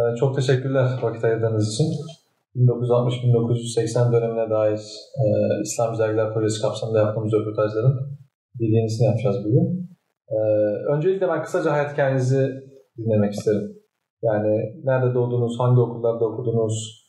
Çok teşekkürler vakit ayırdığınız için. 1960-1980 dönemine dair İslam Dergiler Projesi kapsamında yaptığımız röportajların bir yenisini yapacağız bugün. Öncelikle ben kısaca hayat hikayenizi dinlemek isterim. Yani nerede doğdunuz, hangi okullarda okudunuz?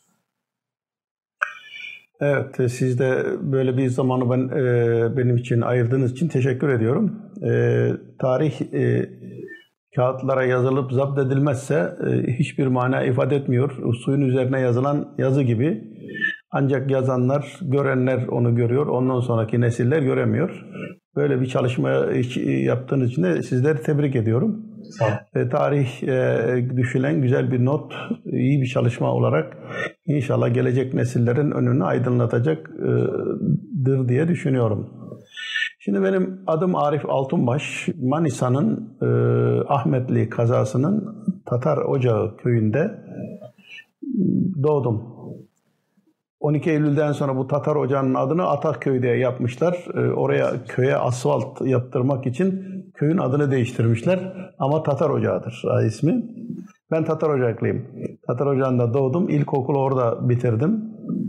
Evet, siz de böyle bir zamanı benim için ayırdığınız için teşekkür ediyorum. Tarih kağıtlara yazılıp zapt edilmezse hiçbir mana ifade etmiyor. Suyun üzerine yazılan yazı gibi. Ancak yazanlar, görenler onu görüyor. Ondan sonraki nesiller göremiyor. Böyle bir çalışma yaptığınız için de sizleri tebrik ediyorum. Tarih düşülen güzel bir not, iyi bir çalışma olarak inşallah gelecek nesillerin önünü aydınlatacaktır diye düşünüyorum. Şimdi benim adım Arif Altunbaş. Manisa'nın Ahmetli kazasının Tatar Ocağı köyünde doğdum. 12 Eylül'den sonra bu Tatar Ocağı'nın adını Atakköy diye yapmışlar. Oraya köye asfalt yaptırmak için köyün adını değiştirmişler. Ama Tatar Ocağı'dır ismi. Ben Tatar Ocaklıyım. Tatar Ocağı'nda doğdum. İlkokulu orada bitirdim.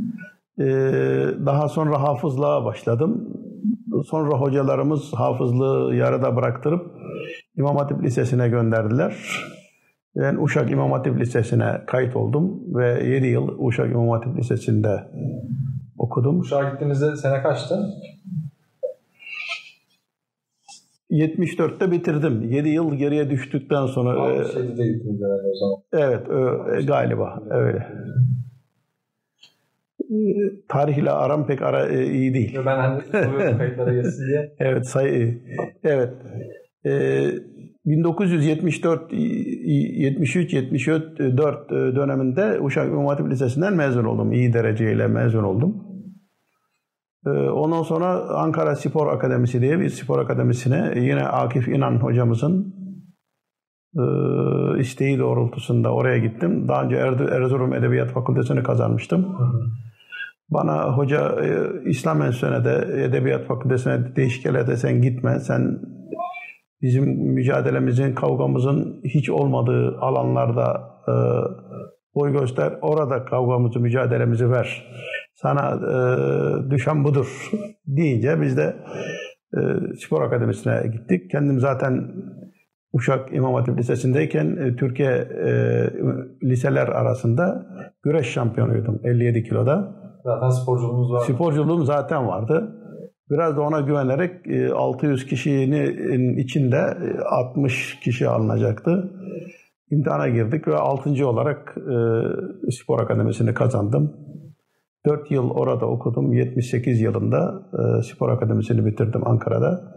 Daha sonra hafızlığa başladım. Sonra hocalarımız hafızlığı yarıda bıraktırıp İmam Hatip Lisesi'ne gönderdiler. Ben Uşak İmam Hatip Lisesi'ne kayıt oldum ve 7 yıl Uşak İmam Hatip Lisesi'nde okudum. Uşak'a gittiğinizde sene kaçtı? 74'te bitirdim. 7 yıl geriye düştükten sonra... 67'de gittiniz herhalde o zaman. Evet, galiba öyle. Tarihle aram pek iyi değil. Ben hani soruyorum kayıtlara geçsin diye. Evet, evet. 1974, 73, 74 döneminde Uşak İmam Hatip Lisesi'nden mezun oldum. İyi dereceyle mezun oldum. Ondan sonra Ankara Spor Akademisi diye bir spor akademisine yine Akif İnan hocamızın isteği doğrultusunda oraya gittim. Daha önce Erzurum Edebiyat Fakültesini kazanmıştım. Bana hoca İslam Enstitüsü'ne de Edebiyat Fakültesine değişikele de sen gitme, sen bizim mücadelemizin, kavgamızın hiç olmadığı alanlarda boy göster, orada kavgamızı, mücadelemizi ver. Sana düşen budur deyince biz de spor akademisine gittik. Kendim zaten Uşak İmam Hatip Lisesi'ndeyken Türkiye liseler arasında güreş şampiyonuydum 57 kiloda. Zaten sporculuğunuz var. Sporculuğum zaten vardı. Biraz da ona güvenerek 600 kişinin içinde 60 kişi alınacaktı. İmtihana girdik ve 6. olarak spor akademisini kazandım. 4 yıl orada okudum. 78 yılında spor akademisini bitirdim Ankara'da.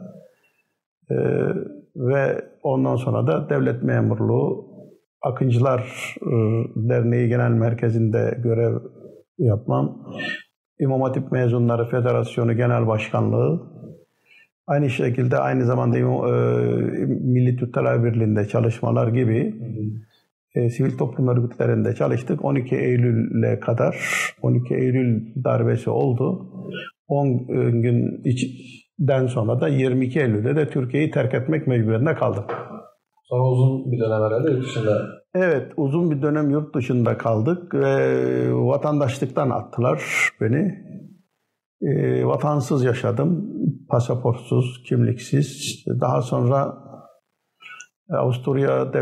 Ve ondan sonra da devlet memurluğu, Akıncılar Derneği Genel Merkezi'nde görev yapmam. İmam Hatip Mezunları Federasyonu Genel Başkanlığı. Aynı şekilde aynı zamanda Milli Türk Talebe Birliği'nde çalışmalar gibi sivil toplum örgütlerinde çalıştık. 12 Eylül'e kadar, 12 Eylül darbesi oldu. 10 günden sonra da 22 Eylül'de de Türkiye'yi terk etmek mecburiyetinde kaldım. Sonra uzun bir dönem herhalde yurt dışında. Evet, uzun bir dönem yurt dışında kaldık ve vatandaşlıktan attılar beni. Vatansız yaşadım, pasaportsuz, kimliksiz. Daha sonra Avusturya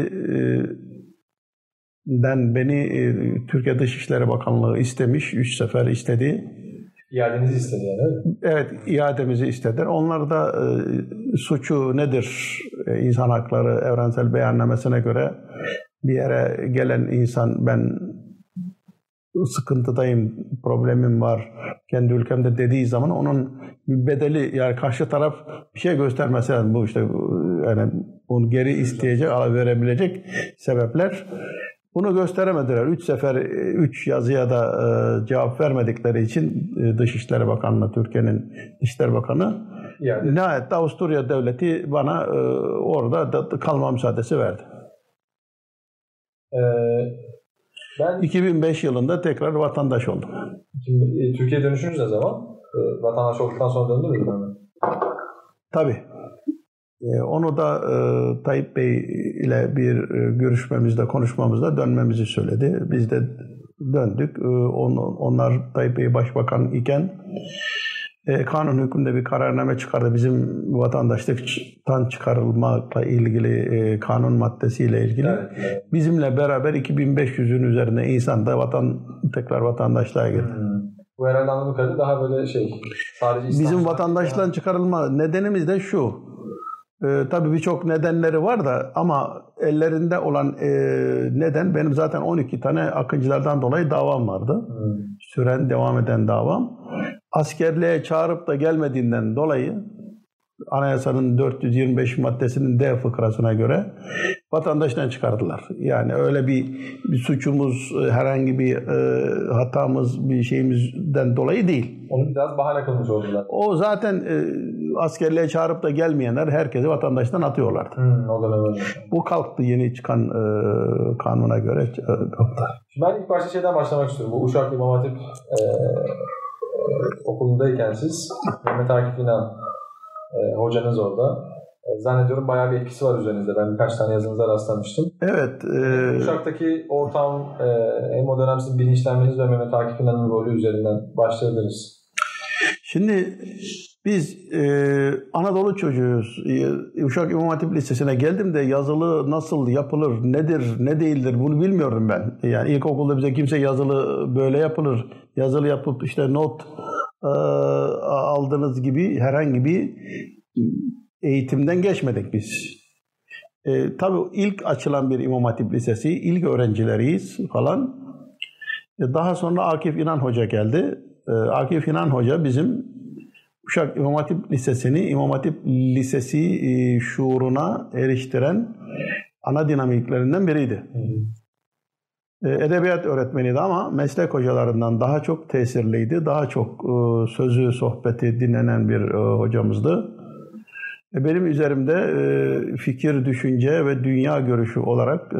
Devleti'den beni Türkiye Dışişleri Bakanlığı istemiş, 3 sefer istedi. İadenizi istedi yani. Evet, iademizi istediler. Onlar da suçu nedir? İnsan Hakları Evrensel Beyannamesi'ne göre bir yere gelen insan ben sıkıntıdayım, problemim var kendi ülkemde dediği zaman onun bir bedeli, yani karşı taraf bir şey göstermesi lazım. Bu işte yani bunu geri isteyecek, verebilecek sebepler. Bunu gösteremediler. 3 sefer 3 yazıya da cevap vermedikleri için Dışişleri Bakanlığı, Türkiye'nin Dışişleri Bakanı nihayet Avusturya Devleti bana orada kalma müsaadesi verdi. Ben 2005 yılında tekrar vatandaş oldum. Şimdi, Türkiye dönüşünüz ne zaman? Vatandaş olduktan sonra döndünüz mü? Tabii. Onu da Tayyip Bey ile bir görüşmemizde, konuşmamızda dönmemizi söyledi. Biz de döndük. Onlar Tayyip Bey başbakan iken kanun hükmünde bir kararname çıkardı. Bizim vatandaşlıktan çıkarılmakla ilgili kanun maddesiyle ilgili. Evet. Bizimle beraber 2500'ün üzerinde insan da tekrar vatandaşlığa girdi. Bu herhalde anladığım kadarıyla daha böyle sadece bizim vatandaşlıktan çıkarılma nedenimiz de şu. Tabii birçok nedenleri var da ama ellerinde olan neden benim zaten 12 tane Akıncılardan dolayı davam vardı. Süren, devam eden davam. Askerliğe çağırıp da gelmediğinden dolayı Anayasanın 425 maddesinin D fıkrasına göre vatandaştan çıkardılar. Yani öyle bir suçumuz, herhangi bir hatamız, bir şeyimizden dolayı değil. Onu biraz bahane kılmış oldular. O zaten askerliğe çağırıp da gelmeyenler herkesi vatandaştan atıyorlardı. Bu kalktı yeni çıkan kanuna göre kalktı. Şimdi ben ilk başta şeyden başlamak istiyorum. Bu Uşak İmam Hatip okulundayken siz Mehmet Akif İnan hocanız orada. Zannediyorum bayağı bir etkisi var üzerinizde. Ben birkaç tane yazınıza rastlamıştım. Evet. Uşak'taki ortam, hem o dönem sizin bilinçlenmeniz ve Mehmet Akif İnan'ın rolü üzerinden başlayabiliriz. Şimdi biz Anadolu çocuğuyuz. Uşak İmam Hatip Lisesi'ne geldim de yazılı nasıl yapılır, nedir, ne değildir bunu bilmiyorum ben. Yani ilkokulda bize kimse yazılı böyle yapılır, yazılı yapıp işte not aldığınız gibi herhangi bir eğitimden geçmedik biz. Tabii ilk açılan bir İmam Hatip Lisesi, ilk öğrencileriyiz falan. Daha sonra Akif İnan Hoca geldi. Akif İnan Hoca bizim Uşak İmam Hatip Lisesi'ni İmam Hatip Lisesi şuuruna eriştiren ana dinamiklerinden biriydi. Edebiyat öğretmeniydi ama meslek hocalarından daha çok tesirliydi. Daha çok sözü, sohbeti dinlenen bir hocamızdı. Benim üzerimde fikir, düşünce ve dünya görüşü olarak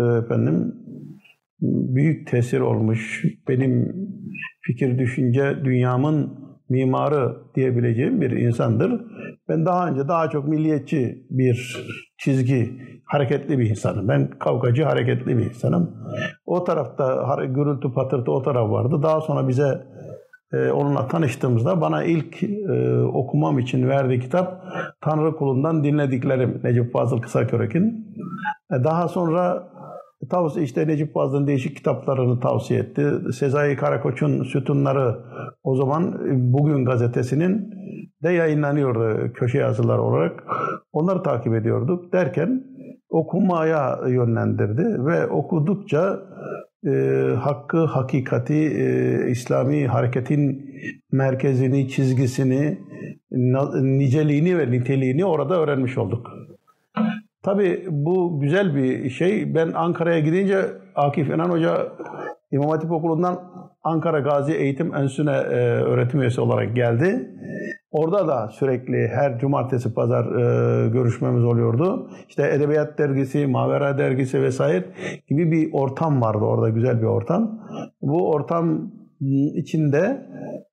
büyük tesir olmuş. Benim fikir, düşünce, dünyamın mimarı diyebileceğim bir insandır. Ben daha önce daha çok milliyetçi bir çizgi, hareketli bir insanım. Ben kavgacı, hareketli bir insanım. O tarafta gürültü patırtı o taraf vardı. Daha sonra bize onunla tanıştığımızda bana ilk okumam için verdiği kitap Tanrı Kulu'ndan dinlediklerim Necip Fazıl Kısakürek'in. Daha sonra Necip Fazıl'ın değişik kitaplarını tavsiye etti. Sezai Karakoç'un Sütunları o zaman Bugün gazetesinin de yayınlanıyordu köşe yazılar olarak. Onları takip ediyorduk derken okumaya yönlendirdi ve okudukça hakkı, hakikati, İslami hareketin merkezini, çizgisini, niceliğini ve niteliğini orada öğrenmiş olduk. Tabii bu güzel bir şey. Ben Ankara'ya gidince Akif İnan Hoca İmam Hatip Okulu'ndan Ankara Gazi Eğitim Enstitüsü'ne öğretim üyesi olarak geldi. Orada da sürekli her cumartesi, pazar görüşmemiz oluyordu. İşte Edebiyat Dergisi, Mavera Dergisi vesaire gibi bir ortam vardı orada, güzel bir ortam. Bu ortam içinde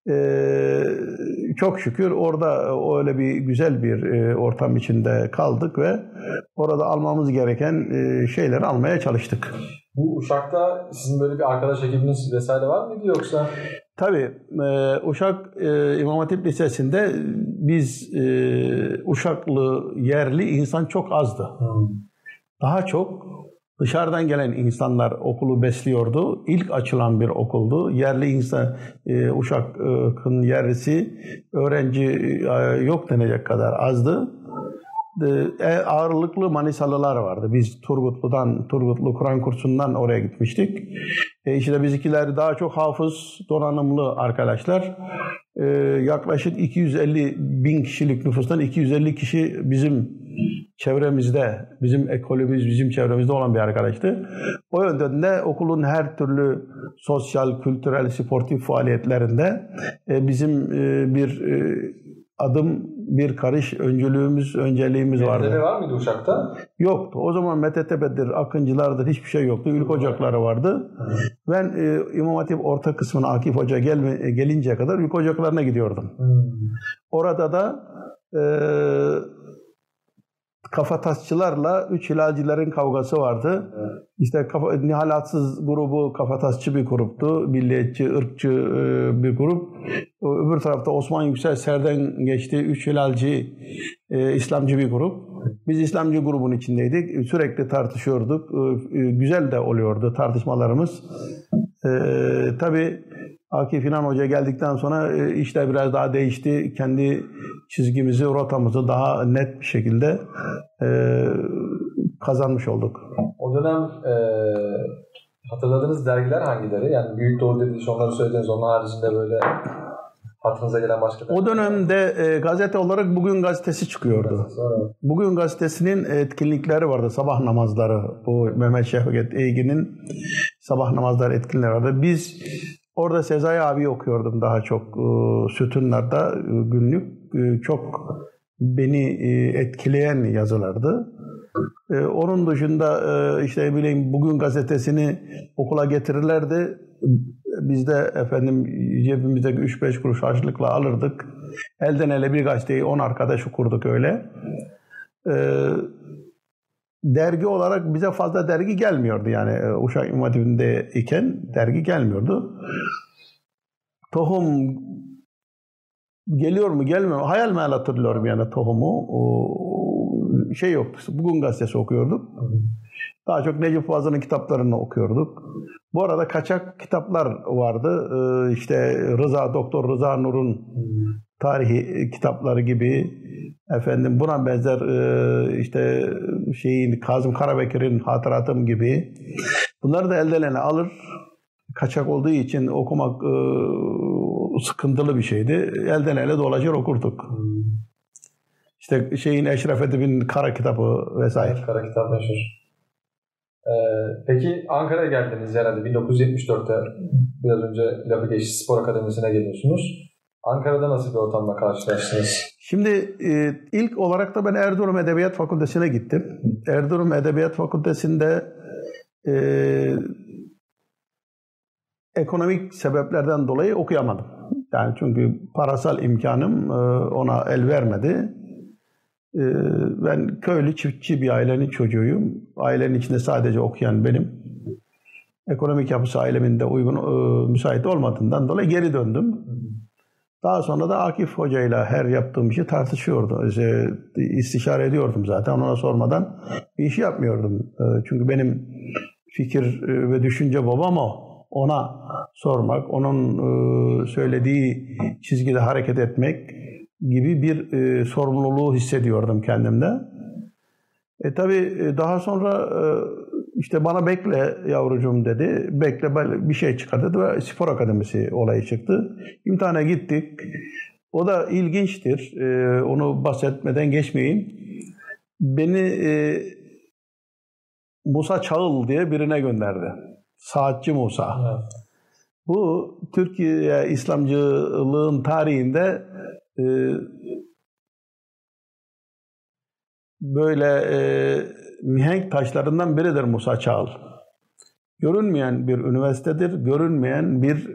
çok şükür orada öyle bir güzel bir ortam içinde kaldık ve orada almamız gereken şeyleri almaya çalıştık. Bu Uşak'ta sizin böyle bir arkadaş ekibiniz vesaire var mıydı yoksa? Tabii. Uşak İmam Hatip Lisesi'nde biz Uşaklı yerli insan çok azdı. Daha çok dışarıdan gelen insanlar okulu besliyordu. İlk açılan bir okuldu. Yerli insan, Uşak'ın yerlisi öğrenci yok denecek kadar azdı. Ağırlıklı Manisalılar vardı. Biz Turgutlu Kur'an kursundan oraya gitmiştik. İşte bizimkiler daha çok hafız, donanımlı arkadaşlar. Yaklaşık 250 bin kişilik nüfustan 250 kişi bizim çevremizde, bizim ekolümüz, bizim çevremizde olan bir arkadaştı. O yönden de okulun her türlü sosyal, kültürel, sportif faaliyetlerinde bizim bir adım, bir karış önceliğimiz vardı. MTTB var mıydı Uşak'ta? Yoktu. O zaman MTTB'dir, Akıncılar'dır, hiçbir şey yoktu. Ülke ocakları vardı. Ben İmam Hatip orta kısmına Akif Hoca gelinceye kadar ülke ocaklarına gidiyordum. Orada da kafatasçılarla üç hilalcilerin kavgası vardı. Evet. İşte Nihalatsız grubu kafatasçı bir gruptu. Milliyetçi, ırkçı bir grup. Öbür tarafta Osman Yüksel Ser'den geçti. Üç hilalci, İslamcı bir grup. Biz İslamcı grubun içindeydik. Sürekli tartışıyorduk. Güzel de oluyordu tartışmalarımız. Tabii Akif İnan Hoca geldikten sonra işler biraz daha değişti. Kendi çizgimizi, rotamızı daha net bir şekilde kazanmış olduk. O dönem hatırladığınız dergiler hangileri? Yani Büyük Doğu Diriliş, onları söylediniz. Onun haricinde böyle hatırınıza gelen başka dergiler? O dönemde gazete olarak Bugün Gazetesi çıkıyordu. Bugün Gazetesi'nin etkinlikleri vardı. Sabah namazları. Bu Mehmet Şevket Eygin'in sabah namazları etkinlikleri vardı. Biz orada Sezai abi okuyordum daha çok. Sütunlarda günlük çok beni etkileyen yazılardı. Onun dışında işte bileyim Bugün Gazetesi'ni okula getirirlerdi. Biz de efendim cebimizdeki 3-5 kuruş harçlıkla alırdık. Elden ele bir gazeteyi 10 arkadaş okurduk öyle. Dergi olarak bize fazla dergi gelmiyordu yani Uşak İmam Hatibi'nde iken dergi gelmiyordu. Tohum geliyor mu gelmiyor mu? Hayal meyal hatırlıyorum yani Tohum'u. Şey yoktu. Bugün Gazetesi okuyorduk. Daha çok Necip Fazıl'ın kitaplarını okuyorduk. Bu arada kaçak kitaplar vardı. İşte Doktor Rıza Nur'un tarihi kitapları gibi, efendim buna benzer işte Kazım Karabekir'in Hatıratım gibi. Bunları da elden ele alır. Kaçak olduğu için okumak sıkıntılı bir şeydi. Elden ele dolaşır okurduk. İşte Eşref Edip'in Kara Kitabı vesaire. Evet, Kara Kitap meşhur. Peki Ankara'ya geldiniz herhalde 1974'te, biraz önce lafı geçti, Spor Akademisi'ne geliyorsunuz. Ankara'da nasıl bir ortamla karşılaştınız? Şimdi ilk olarak da ben Erzurum Edebiyat Fakültesi'ne gittim. Erzurum Edebiyat Fakültesi'nde ekonomik sebeplerden dolayı okuyamadım. Yani çünkü parasal imkanım ona el vermedi. Ben köylü çiftçi bir ailenin çocuğuyum. Ailenin içinde sadece okuyan benim. Ekonomik yapısı ailemin de müsait olmadığından dolayı geri döndüm. Daha sonra da Akif Hoca ile her yaptığım işi tartışıyordu. İstişare ediyordum zaten. Ona sormadan bir işi yapmıyordum. Çünkü benim fikir ve düşünce babam o. Ona sormak, onun söylediği çizgide hareket etmek gibi bir sorumluluğu hissediyordum kendimde. Tabii daha sonra işte bana bekle yavrucuğum dedi. Bekle bir şey çıkar dedi ve Spor Akademisi olayı çıktı. İmtihana gittik. O da ilginçtir. Onu bahsetmeden geçmeyeyim. Beni Musa Çağıl diye birine gönderdi. Saatçi Musa. Evet. Bu Türkiye İslamcılığın tarihinde böyle mihenk taşlarından biridir Musa Çağıl. Görünmeyen bir üniversitedir, görünmeyen bir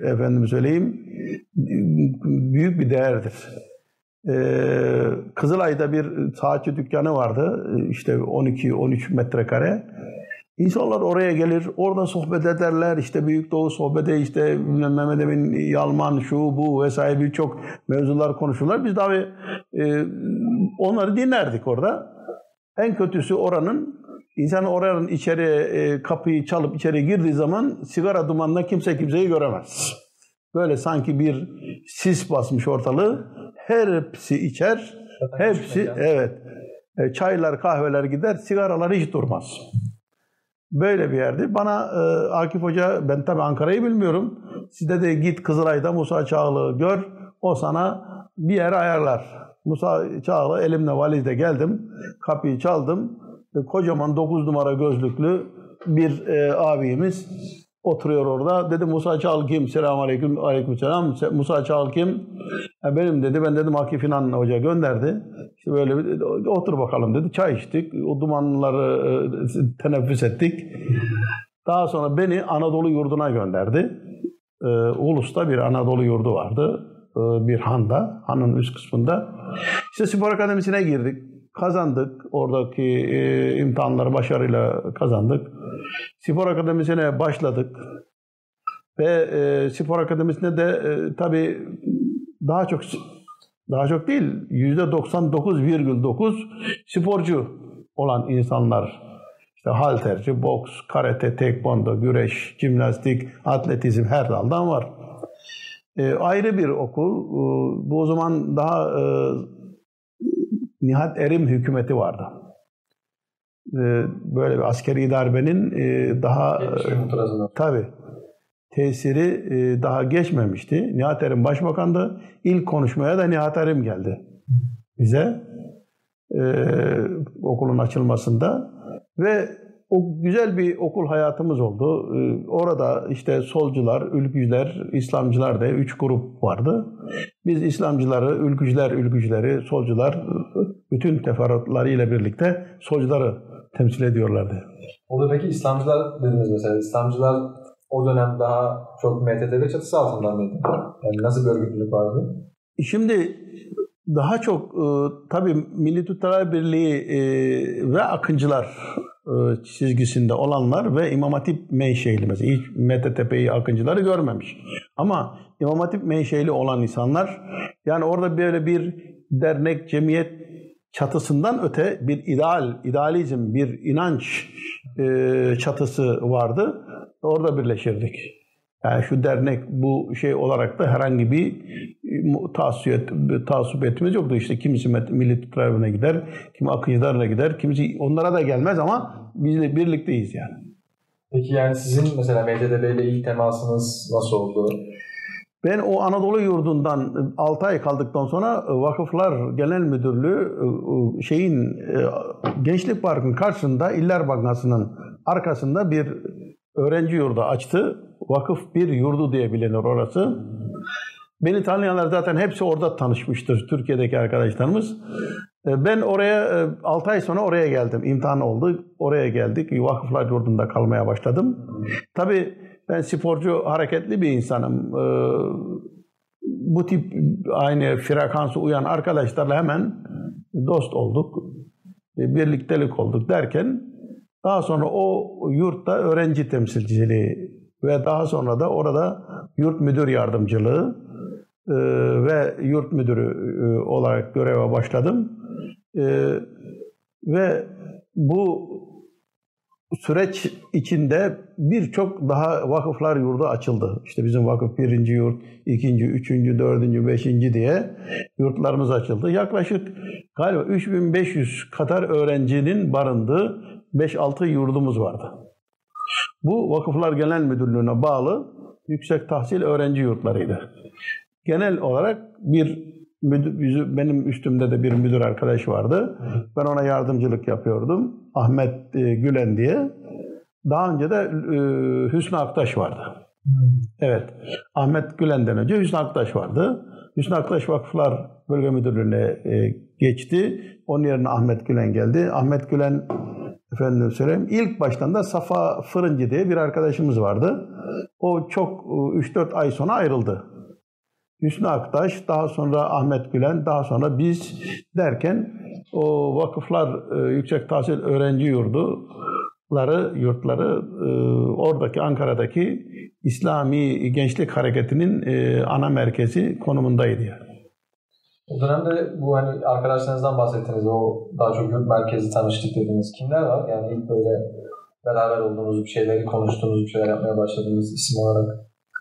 büyük bir değerdir. Kızılay'da bir saatçi dükkanı vardı, işte 12-13 metrekare. İnsanlar oraya gelir, orada sohbet ederler, işte Büyük Doğu sohbeti, işte Mehmet Emin Yalman, şu bu vesaire birçok mevzular konuşurlar. Biz tabii onları dinlerdik orada. En kötüsü oranın içeri kapıyı çalıp içeri girdiği zaman sigara dumanına kimse kimseyi göremez. Böyle sanki bir sis basmış ortalığı. Hepsi içer, hepsi evet. Çaylar, kahveler gider, sigaralar hiç durmaz. Böyle bir yerdi. Bana Akif Hoca, ben tabii Ankara'yı bilmiyorum. Size de git Kızılay'da Musa Çağıl'ı gör, o sana bir yer ayarlar. Musa Çağıl'ı elimle valizle geldim, kapıyı çaldım. Kocaman 9 numara gözlüklü bir abimiz oturuyor orada. Dedi Musa Çağıl kim? Selamünaleyküm. Aleykümselam. Musa Çağıl kim? Benim dedi. Ben dedim Akif İnan Hoca gönderdi. İşte böyle otur bakalım dedi. Çay içtik. O dumanları teneffüs ettik. Daha sonra beni Anadolu yurduna gönderdi. Ulus'ta bir Anadolu yurdu vardı. Bir handa. Hanın üst kısmında. İşte Spor Akademisi'ne girdik. kazandık. Oradaki imtihanları başarıyla kazandık. Spor akademisine başladık. Ve spor akademisinde de tabii daha çok değil, %99,9 sporcu olan insanlar. İşte halterci, boks, karate, tekvando, güreş, jimnastik, atletizm her daldan var. Ayrı bir okul. Bu o zaman daha Nihat Erim hükümeti vardı. Böyle bir askeri darbenin daha tabii tesiri daha geçmemişti. Nihat Erim başbakandı. İlk konuşmaya da Nihat Erim geldi bize okulun açılmasında ve o güzel bir okul hayatımız oldu. Orada işte solcular, ülkücüler, İslamcılar diye 3 grup vardı. Biz İslamcıları, ülkücüleri, solcular bütün teferruatlarıyla birlikte solcuları temsil ediyorlardı. Orada peki İslamcılar dediniz mesela. İslamcılar o dönem daha çok MTTB çatısı altında mıydı? Yani nasıl bir örgütlülük vardı? Şimdi daha çok tabii Milli Türkler Birliği ve Akıncılar çizgisinde olanlar ve İmam Hatip menşeili mesela hiç MTTP'yi Akıncıları görmemiş. Ama İmam Hatip menşeili olan insanlar yani orada böyle bir dernek, cemiyet çatısından öte bir idealizm, bir inanç çatısı vardı. Orada birleşirdik. Yani şu dernek bu şey olarak da herhangi bir tasubiyetimiz yoktu. İşte kimisi Milli Türkler'ine gider, kimi Akıncılar'ına gider, kimisi onlara da gelmez ama biz de birlikteyiz yani. Peki yani sizin mesela MTTB ile ilk temasınız nasıl oldu? Ben o Anadolu Yurdu'ndan 6 ay kaldıktan sonra Vakıflar Genel Müdürlüğü Gençlik Parkı'nın karşısında İller Bankası'nın arkasında bir öğrenci yurdu açtı. Vakıf bir yurdu diye bilinir orası. Beni tanıyanlar zaten hepsi orada tanışmıştır. Türkiye'deki arkadaşlarımız. Ben oraya 6 ay sonra oraya geldim. İmtihan oldu. Oraya geldik. Vakıflar Yurdu'nda kalmaya başladım. Tabii ben sporcu, hareketli bir insanım. Bu tip aynı frekansı uyan arkadaşlarla hemen dost olduk. Birliktelik olduk derken daha sonra o yurtta öğrenci temsilciliği ve daha sonra da orada yurt müdür yardımcılığı ve yurt müdürü olarak göreve başladım. Ve bu süreç içinde birçok daha vakıflar yurdu açıldı. İşte bizim vakıf 1. yurt, 2., 3., 4., 5. diye yurtlarımız açıldı. Yaklaşık galiba 3500 kadar öğrencinin barındığı 5-6 yurdumuz vardı. Bu Vakıflar Genel Müdürlüğü'ne bağlı yüksek tahsil öğrenci yurtlarıydı. Genel olarak benim üstümde de bir müdür arkadaş vardı. Ben ona yardımcılık yapıyordum. Ahmet Gülen diye. Daha önce de Hüsnü Aktaş vardı. Evet. Ahmet Gülen'den önce Hüsnü Aktaş vardı. Hüsnü Aktaş Vakıflar Bölge Müdürlüğü'ne geçti. Onun yerine Ahmet Gülen geldi. Ahmet Gülen efendim söyleyeyim ilk baştan da Safa Fırıncı diye bir arkadaşımız vardı. O çok 3-4 ay sonra ayrıldı. Hüsnü Aktaş, daha sonra Ahmet Gülen, daha sonra biz derken o vakıflar yüksek tahsil öğrenci yurtları oradaki Ankara'daki İslami Gençlik Hareketi'nin ana merkezi konumundaydı yani. O dönemde bu hani arkadaşlarınızdan bahsettiniz, o daha çok yurt merkezi tanıştık dediniz. Kimler var? Yani ilk böyle beraber olduğunuz bir şeyleri konuştuğunuz, bir şeyler yapmaya başladığınız isim olarak.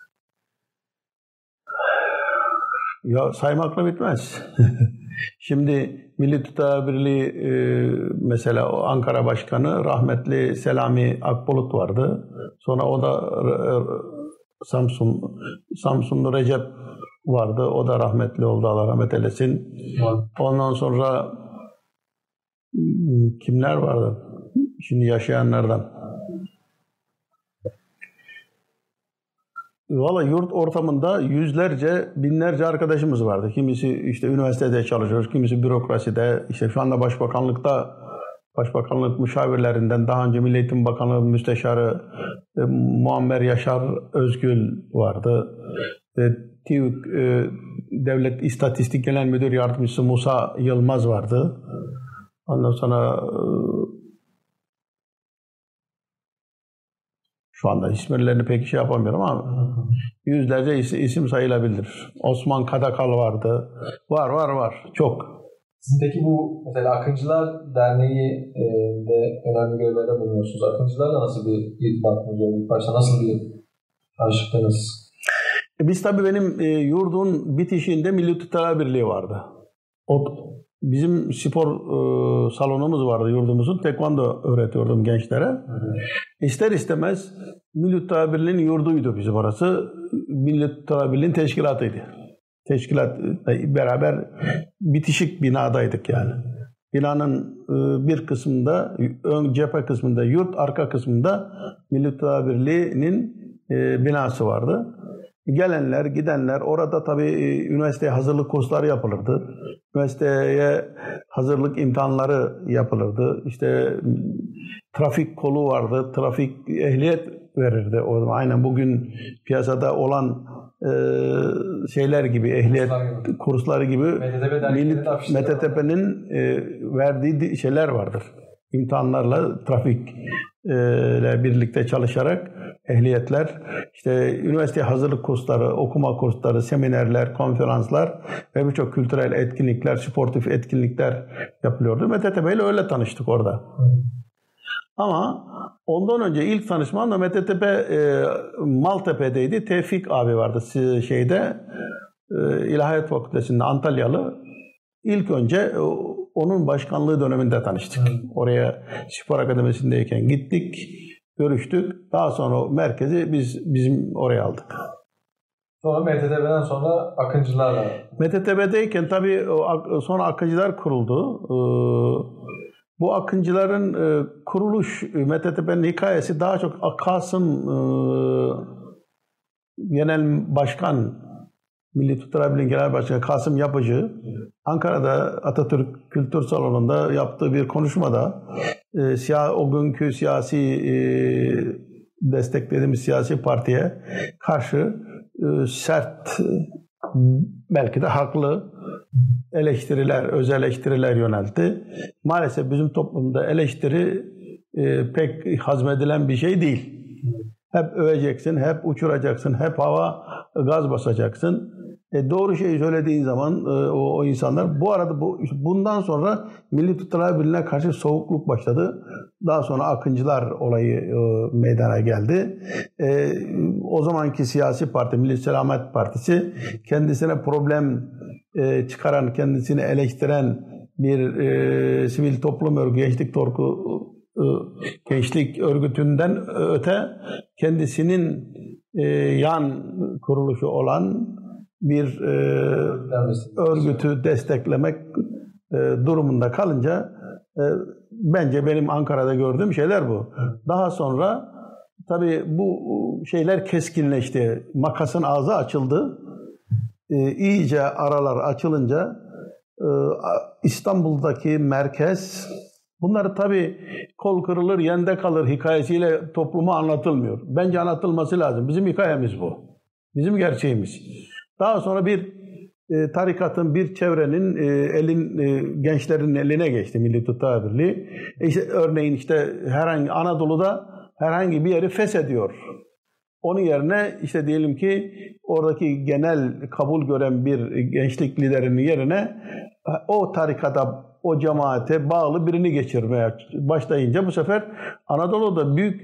Ya saymakla bitmez. Şimdi Milli Türkler Birliği mesela o Ankara Başkanı rahmetli Selami Akbulut vardı. Sonra o da Samsunlu Recep vardı. O da rahmetli oldu. Allah rahmet eylesin. Ondan sonra kimler vardı? Şimdi yaşayanlardan. Valla yurt ortamında yüzlerce, binlerce arkadaşımız vardı. Kimisi işte üniversitede çalışıyor, kimisi bürokraside. İşte şu anda Başbakanlık müşavirlerinden daha önce Milli Eğitim Bakanlığı Müsteşarı Muammer Yaşar Özgül vardı. TİÜK Devlet İstatistik Genel Müdür Yardımcısı Musa Yılmaz vardı. Ondan sonra şu anda isimlerini pek şey yapamıyorum ama yüzlerce isim sayılabilir. Osman Kadakal vardı. Var. Çok. Siz peki bu mesela Akıncılar Derneği de önemli görevlerde bulunuyorsunuz. Akıncılarla nasıl bir irtibatınız oldu? İlk başta nasıl bir tanışıklığınız? Biz tabii benim yurdun bitişinde Milli Tutara Birliği vardı. Bizim spor salonumuz vardı yurdumuzun. Tekvando öğretiyordum gençlere. İster istemez Milli Tutara Birliği'nin yurduydu bizim orası. Milli Tutara Birliği'nin teşkilatıydı. Teşkilatla beraber bitişik binadaydık yani. Binanın bir kısmında, ön cephe kısmında yurt, arka kısmında Milli Tutara Birliği'nin binası vardı. Gelenler, gidenler, orada tabii üniversiteye hazırlık kursları yapılırdı. Üniversiteye hazırlık imtihanları yapılırdı. İşte trafik kolu vardı, trafik ehliyet verirdi. O zaman aynen bugün piyasada olan şeyler gibi, ehliyet kursları gibi MTTP'nin verdiği şeyler vardır. İmtihanlarla trafik ile birlikte çalışarak ehliyetler, işte üniversite hazırlık kursları, okuma kursları, seminerler, konferanslar ve birçok kültürel etkinlikler, sportif etkinlikler yapılıyordu. MTTP ile öyle tanıştık orada. Ama ondan önce ilk tanışmam da MTTP Maltepe'deydi. Tevfik abi vardı şeyde, İlahiyat Fakültesi'nde, Antalyalı. İlk önce onun başkanlığı döneminde tanıştık. Oraya Spor Akademisi'ndeyken gittik, görüştük. Daha sonra merkezi bizim oraya aldık. Sonra MTTP'den sonra Akıncılarla. MTTP'deyken tabii sonra Akıncılar kuruldu. Bu Akıncıların kuruluş, MTTP'nin hikayesi daha çok Kasım Genel Başkan, Milli Tutara Birliği Genel Başkanı Kasım Yapıcı, Ankara'da Atatürk Kültür Salonu'nda yaptığı bir konuşmada o günkü siyasi desteklediğimiz siyasi partiye karşı sert, belki de haklı eleştiriler, öz eleştiriler yöneltti. Maalesef bizim toplumda eleştiri pek hazmedilen bir şey değil. Hep öveceksin, hep uçuracaksın, hep gaz basacaksın. Doğru şeyi söylediğin zaman o insanlar, bu arada bundan sonra Milli Tutara Birliği'ne karşı soğukluk başladı. Daha sonra Akıncılar olayı meydana geldi. O zamanki siyasi parti, Milli Selamet Partisi, kendisine problem çıkaran, kendisini eleştiren bir sivil toplum örgütü, gençlik örgütünden öte kendisinin yan kuruluşu olan bir örgütü desteklemek durumunda kalınca bence benim Ankara'da gördüğüm şeyler bu. Daha sonra tabii bu şeyler keskinleşti. Makasın ağzı açıldı. İyice aralar açılınca İstanbul'daki merkez, bunları tabii kol kırılır, yende kalır hikayesiyle topluma anlatılmıyor. Bence anlatılması lazım. Bizim hikayemiz bu. Bizim gerçeğimiz. Daha sonra bir tarikatın, bir çevrenin gençlerin eline geçti Milli Tutara Birliği. Örneğin herhangi Anadolu'da herhangi bir yeri feshediyor. Onun yerine diyelim ki oradaki genel kabul gören bir gençlik liderinin yerine o tarikata, o cemaate bağlı birini geçirmeye başlayınca bu sefer Anadolu'da büyük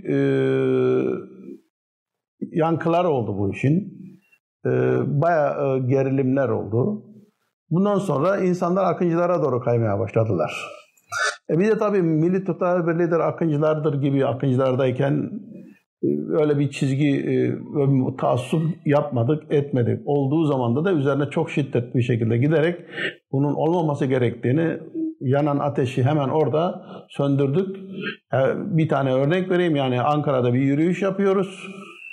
yankılar oldu bu işin. Bayağı gerilimler oldu. Bundan sonra insanlar Akıncılara doğru kaymaya başladılar. Bir de tabii Milli Tutara Birliği'dir, Akıncılardır gibi, Akıncılardayken öyle bir çizgi, taassup yapmadık, etmedik. Olduğu zaman da üzerine çok şiddetli bir şekilde giderek bunun olmaması gerektiğini, yanan ateşi hemen orada söndürdük. Bir tane örnek vereyim, yani Ankara'da bir yürüyüş yapıyoruz.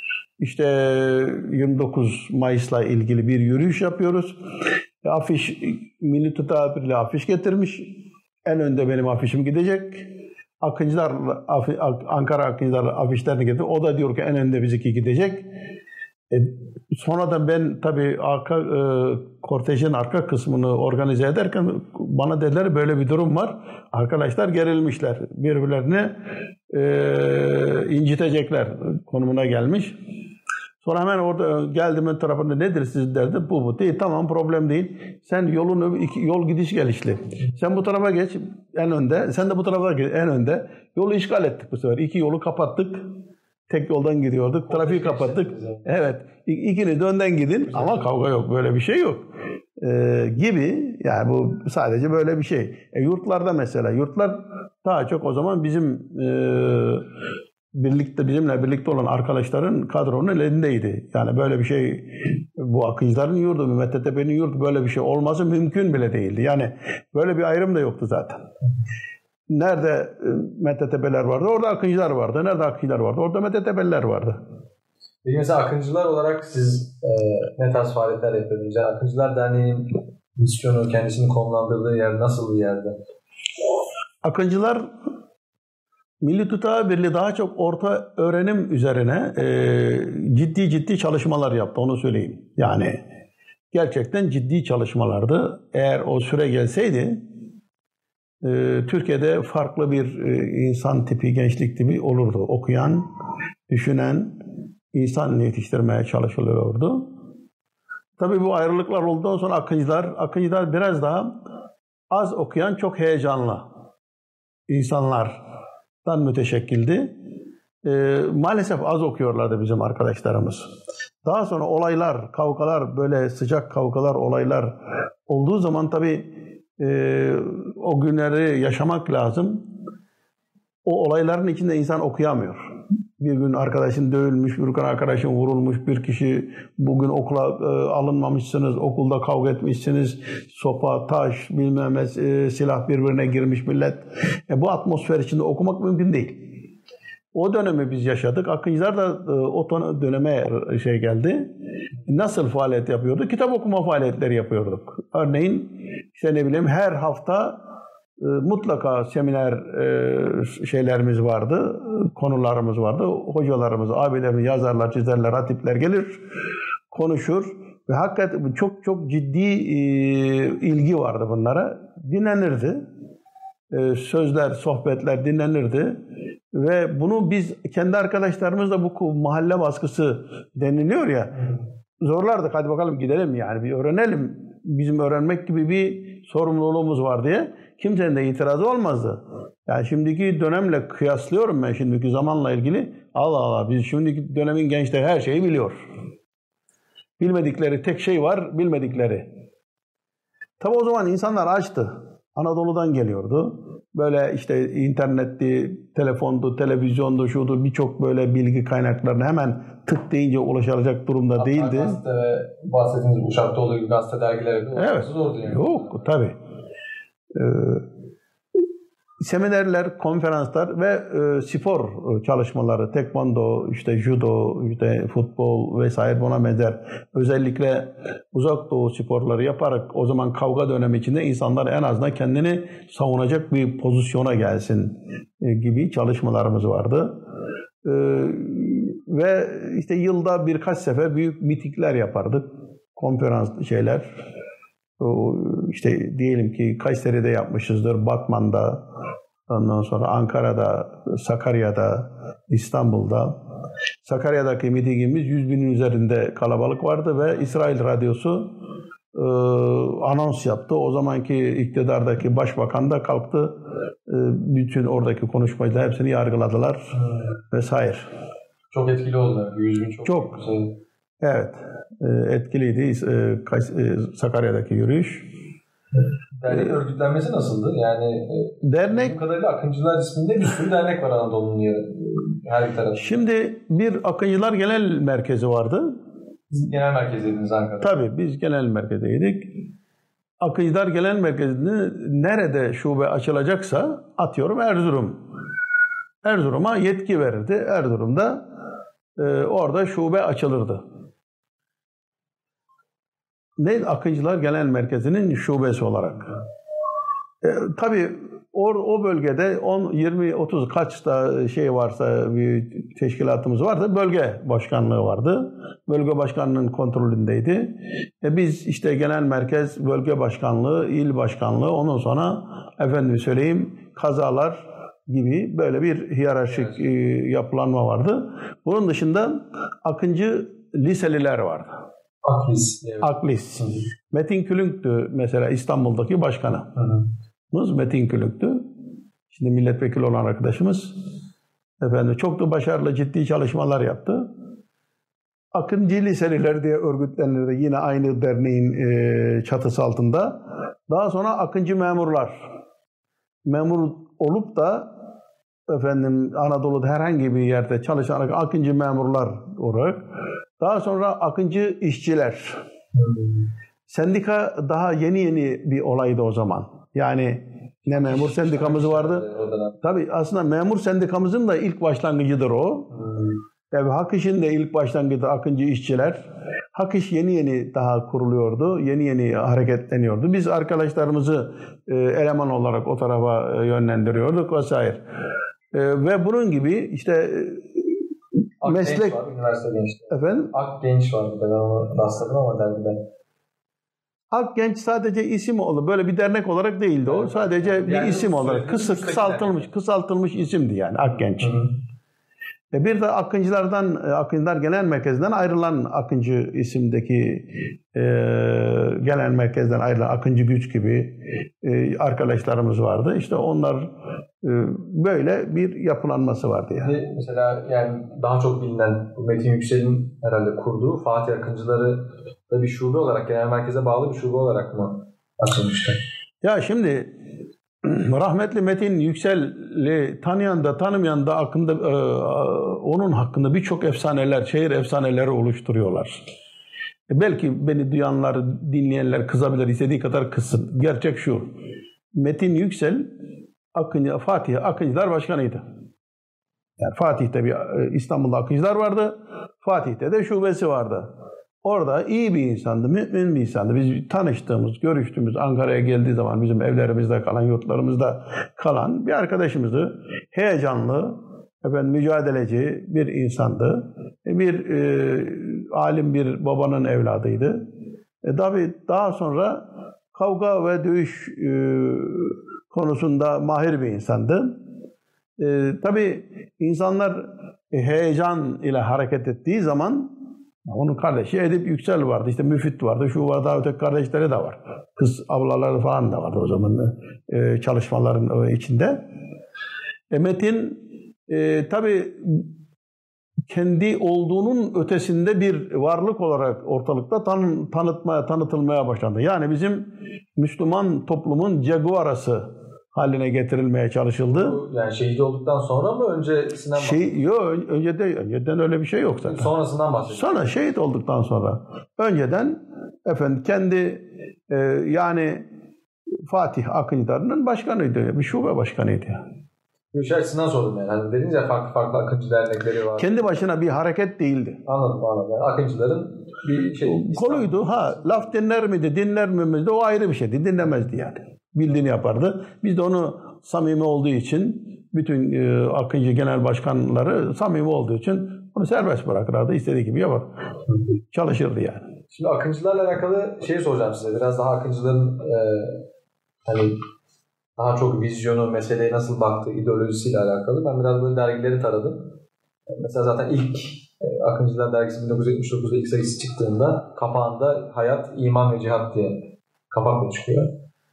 29 Mayıs'la ilgili bir yürüyüş yapıyoruz. Afiş, Milli Tutara Birliği afiş getirmiş. En önde benim afişim gidecek. Ankara Akıncılar afişlerini getirdi. O da diyor ki en önde bizimki gidecek. Sonradan ben tabii kortejin arka kısmını organize ederken bana dediler böyle bir durum var. Arkadaşlar gerilmişler. Birbirlerini incitecekler konumuna gelmiş. Sonra hemen orada geldiğimin tarafında nedir siz derdi. Bu değil, tamam, problem değil. Sen yol gidiş gelişli. Sen bu tarafa geç en önde. Sen de bu tarafa geç en önde. Yolu işgal ettik bu sefer. 2 yolu kapattık. Tek yoldan gidiyorduk. Trafiği kapattık. Evet. İkiniz de önden gidin ama kavga yok. Böyle bir şey yok. Gibi. Yani bu sadece böyle bir şey. Yurtlarda mesela. Yurtlar daha çok o zaman bizim bizimle birlikte olan arkadaşların kadronun elindeydi. Yani böyle bir şey, bu Akıncıların yurdu, Mettetepe'nin yurdu, böyle bir şey olması mümkün bile değildi. Yani böyle bir ayrım da yoktu zaten. Nerede Mettetepe'ler vardı, orada Akıncılar vardı. Nerede Akıncılar vardı, orada Mettetepe'liler vardı. Peki mesela Akıncılar olarak siz ne tarz faaliyetler yapıyordunuz? Yani Akıncılar Derneği'nin misyonu, kendisini konumlandırdığı yer nasıl bir yerde? Akıncılar Milli Tutağı Birliği daha çok orta öğrenim üzerine ciddi çalışmalar yaptı, onu söyleyeyim. Yani gerçekten ciddi çalışmalardı. Eğer o süre gelseydi Türkiye'de farklı bir insan tipi, gençlik tipi olurdu. Okuyan, düşünen insan yetiştirmeye çalışılıyordu. Tabii bu ayrılıklar olduktan sonra Akıncılar biraz daha az okuyan, çok heyecanlı insanlardan müteşekkildi. Maalesef az okuyorlardı bizim arkadaşlarımız. Daha sonra olaylar, kavgalar, böyle sıcak kavgalar, olaylar olduğu zaman tabii o günleri yaşamak lazım. O olayların içinde insan okuyamıyor. Bir gün arkadaşın dövülmüş, bir gün arkadaşın vurulmuş, bir kişi bugün okula alınmamışsınız, okulda kavga etmişsiniz, sopa, taş, bilmem ne, silah birbirine girmiş millet. Bu atmosfer içinde okumak mümkün değil. O dönemi biz yaşadık. Akıncılar da o döneme geldi. Nasıl faaliyet yapıyorduk? Kitap okuma faaliyetleri yapıyorduk. Örneğin her hafta mutlaka seminer şeylerimiz vardı, konularımız vardı. Hocalarımız, abilerimiz, yazarlar, çizerler, hatipler gelir, konuşur ve hakikaten çok ciddi ilgi vardı bunlara. Dinlenirdi. Sözler, sohbetler dinlenirdi. Ve bunu biz kendi arkadaşlarımızla bu mahalle baskısı deniliyor ya, zorlardık. Hadi bakalım gidelim yani bir öğrenelim. Bizim öğrenmek gibi bir sorumluluğumuz var diye. Kimsenin de itirazı olmazdı. Yani şimdiki dönemle kıyaslıyorum ben, şimdiki zamanla ilgili. Allah Allah, biz şimdiki dönemin gençleri her şeyi biliyor. Bilmedikleri tek şey var, bilmedikleri. Tabi o zaman insanlar açtı. Anadolu'dan geliyordu. Böyle işte internetti, telefondu, televizyondu, şudur, birçok böyle bilgi kaynaklarına hemen tık deyince ulaşılacak durumda hatta değildi. Gazete ve bahsettiğiniz Uşak'ta olduğu gibi gazete dergileri evet. Zor değil. Yok tabii. Seminerler, konferanslar ve spor çalışmaları, tekvando, işte judo, işte futbol vesaire buna benzer özellikle uzak doğu sporları yaparak o zaman kavga dönemi içinde insanlar en azından kendini savunacak bir pozisyona gelsin gibi çalışmalarımız vardı. Ve işte yılda birkaç sefer büyük mitingler yapardık. Konferans şeyler. İşte diyelim ki Kayseri'de yapmışızdır, Batman'da, ondan sonra Ankara'da, Sakarya'da, İstanbul'da. Sakarya'daki mitingimiz 100.000'in üzerinde kalabalık vardı ve İsrail Radyosu anons yaptı. O zamanki iktidardaki başbakan da kalktı. Bütün oradaki konuşmacılar hepsini yargıladılar vesaire. Çok etkili oldu. 100.000 çok güzel. Evet. Etkiliydi Sakarya'daki yürüyüş. Dernek örgütlenmesi nasıldı? Yani dernek, bu kadarıyla Akıncılar isminde bir sürü dernek var Anadolu'nun her tarafında. Şimdi bir Akıncılar Genel Merkezi vardı. Siz genel merkezdeydiniz Ankara'da. Tabii biz genel merkezdeydik. Akıncılar Genel Merkezi'ni nerede şube açılacaksa atıyorum Erzurum. Erzurum'a yetki verirdi. Erzurum'da orada şube açılırdı. Akıncılar Genel Merkezi'nin şubesi olarak. Tabii o bölgede 10, 20, 30 kaç da şey varsa, bir teşkilatımız varsa bölge başkanlığı vardı. Bölge başkanlığının kontrolündeydi. Biz işte genel merkez, bölge başkanlığı, il başkanlığı, ondan sonra efendim söyleyeyim kazalar gibi böyle bir hiyerarşik yapılanma vardı. Bunun dışında Akıncı liseliler vardı. Aklis. Evet. Aklis. Metin Külünk'tü mesela İstanbul'daki başkanı. Metin Külünk'tü. Şimdi milletvekili olan arkadaşımız. Efendim çok da başarılı, ciddi çalışmalar yaptı. Akıncı Liseliler diye örgütlenirdi yine aynı derneğin çatısı altında. Daha sonra Akıncı Memurlar. Memur olup da efendim Anadolu'da herhangi bir yerde çalışan Akıncı Memurlar olarak. Daha sonra Akıncı İşçiler. Sendika daha yeni bir olaydı o zaman. Yani ne memur sendikamız vardı. Tabii aslında memur sendikamızın da ilk başlangıcıdır o. Tabii Hak İş'in de ilk başlangıcı Akıncı İşçiler. Hak İş yeni daha kuruluyordu. Yeni hareketleniyordu. Biz arkadaşlarımızı eleman olarak o tarafa yönlendiriyorduk vesaire. Ve bunun gibi işte meslek... Var, üniversite gençliği. Efendim? Akgenç var. Ben onu rastladım ama dergide. Akgenç sadece isim oldu. Böyle bir dernek olarak değildi o. Sadece bir isim olarak. Kısaltılmış isimdi yani Akgenç. Bir de Akıncılar Genel Merkezi'nden ayrılan Akıncı isimdeki genel merkezden ayrılan Akıncı Güç gibi arkadaşlarımız vardı. İşte onlar böyle bir yapılanması vardı yani. Mesela yani daha çok bilinen Metin Yüksel'in herhalde kurduğu Fatih Akıncıları da bir şube olarak, genel merkeze bağlı bir şube olarak mı açılmıştı? Ya şimdi rahmetli Metin Yüksel'i tanıyan da tanımayan da onun hakkında birçok efsaneler, şehir efsaneleri oluşturuyorlar. Belki beni duyanlar, dinleyenler kızabilir, istediği kadar kızsın. Gerçek şu: Metin Yüksel Fatih Akıncılar Başkanıydı. Yani Fatih'te İstanbul'da Akıncılar vardı. Fatih'te de şubesi vardı. Orada iyi bir insandı, mümin bir insandı. Biz tanıştığımız, görüştüğümüz, Ankara'ya geldiği zaman bizim evlerimizde kalan, yurtlarımızda kalan bir arkadaşımızdı. Heyecanlı, mücadeleci bir insandı. Bir alim bir babanın evladıydı. Tabii daha sonra kavga ve dövüş konusunda mahir bir insandı. Tabii insanlar heyecan ile hareket ettiği zaman onun kardeşi Edip Yüksel vardı, işte Müfit vardı, şu vardı, öteki kardeşleri de var. Kız ablaları falan da vardı o zaman çalışmaların içinde. Metin tabii kendi olduğunun ötesinde bir varlık olarak ortalıkta tanıtılmaya başlandı. Yani bizim Müslüman toplumun Jaguar'ası haline getirilmeye çalışıldı. Yani şehit olduktan sonra mı öncesinden Yok, önceden öyle bir şey yok zaten. Sonrasından bahsediyorum. Sonra şehit olduktan sonra. Önceden kendi yani Fatih Akıncılarının başkanıydı. Bir şube başkanıydı. Bu şey açısından sordum yani. Hani dediniz ya farklı Akıncı dernekleri var. Kendi başına bir hareket değildi. Anladım. Yani Akıncıların bir şey... Koluydu. Laf dinler miydi, dinler miydi? O ayrı bir şeydi. Dinlemezdi yani. Bildiğini yapardı. Biz de onu samimi olduğu için, bütün Akıncı genel başkanları samimi olduğu için onu serbest bırakırdı. İstediği gibi yapar. Çalışırdı yani. Şimdi Akıncılarla alakalı şeyi soracağım size. Biraz daha Akıncıların hani daha çok vizyonu, meseleye nasıl baktığı, ideolojisiyle alakalı. Ben biraz böyle dergileri taradım. Mesela zaten ilk Akıncılar dergisi 1979'da ilk sayısı çıktığında kapağında Hayat, İman ve Cihat diye kapakla çıkıyor.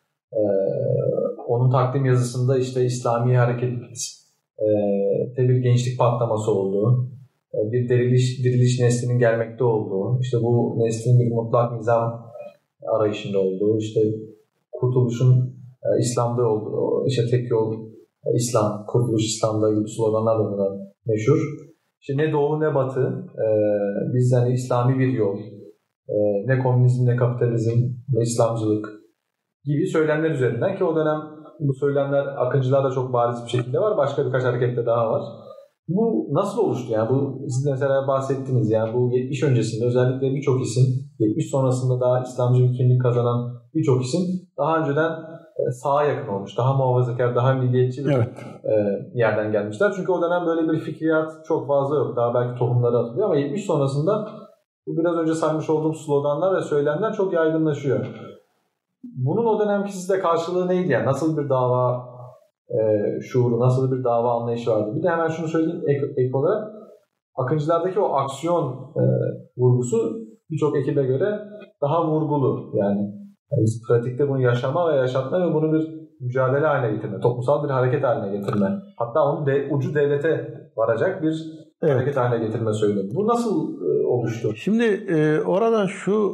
Onun takdim yazısında işte İslami harekette bir gençlik patlaması olduğu, bir diriliş neslinin gelmekte olduğu, işte bu neslin bir mutlak nizam arayışında olduğu, işte kurtuluşun İslam'da olduğu, işte tek yol İslam, kurtuluş İslam'da gibi sloganlarla buna meşhur. İşte ne doğu ne batı, biz hani İslami bir yol, ne komünizm ne kapitalizm ne İslamcılık gibi söylemler üzerinden, ki o dönem bu söylemler Akıncılar'da çok bariz bir şekilde var. Başka birkaç harekette daha var. Bu nasıl oluştu yani? Bu siz mesela bahsettiniz yani bu 70 öncesinde özellikle birçok isim, 70 sonrasında daha İslamcı bir kimlik kazanan birçok isim daha önceden sağa yakın olmuş. Daha muhafazakar, daha milliyetçi bir yerden gelmişler. Çünkü o dönem böyle bir fikriyat çok fazla yok. Daha belki tohumları atılıyor ama 70 sonrasında bu biraz önce saymış olduğum sloganlar ve söylemler çok yaygınlaşıyor. Bunun o dönemki sizde karşılığı neydi? Yani nasıl bir dava şuuru, nasıl bir dava anlayışı vardı? Bir de hemen şunu söyleyeyim ek olarak. Akıncılardaki o aksiyon vurgusu birçok ekibe göre daha vurgulu. Yani biz pratikte bunu yaşama ve yaşatma ve bunu bir mücadele haline getirme, toplumsal bir hareket haline getirme. Hatta onu ucu devlete varacak bir hareket haline getirme söylüyor. Bu nasıl oluştu? Şimdi orada şu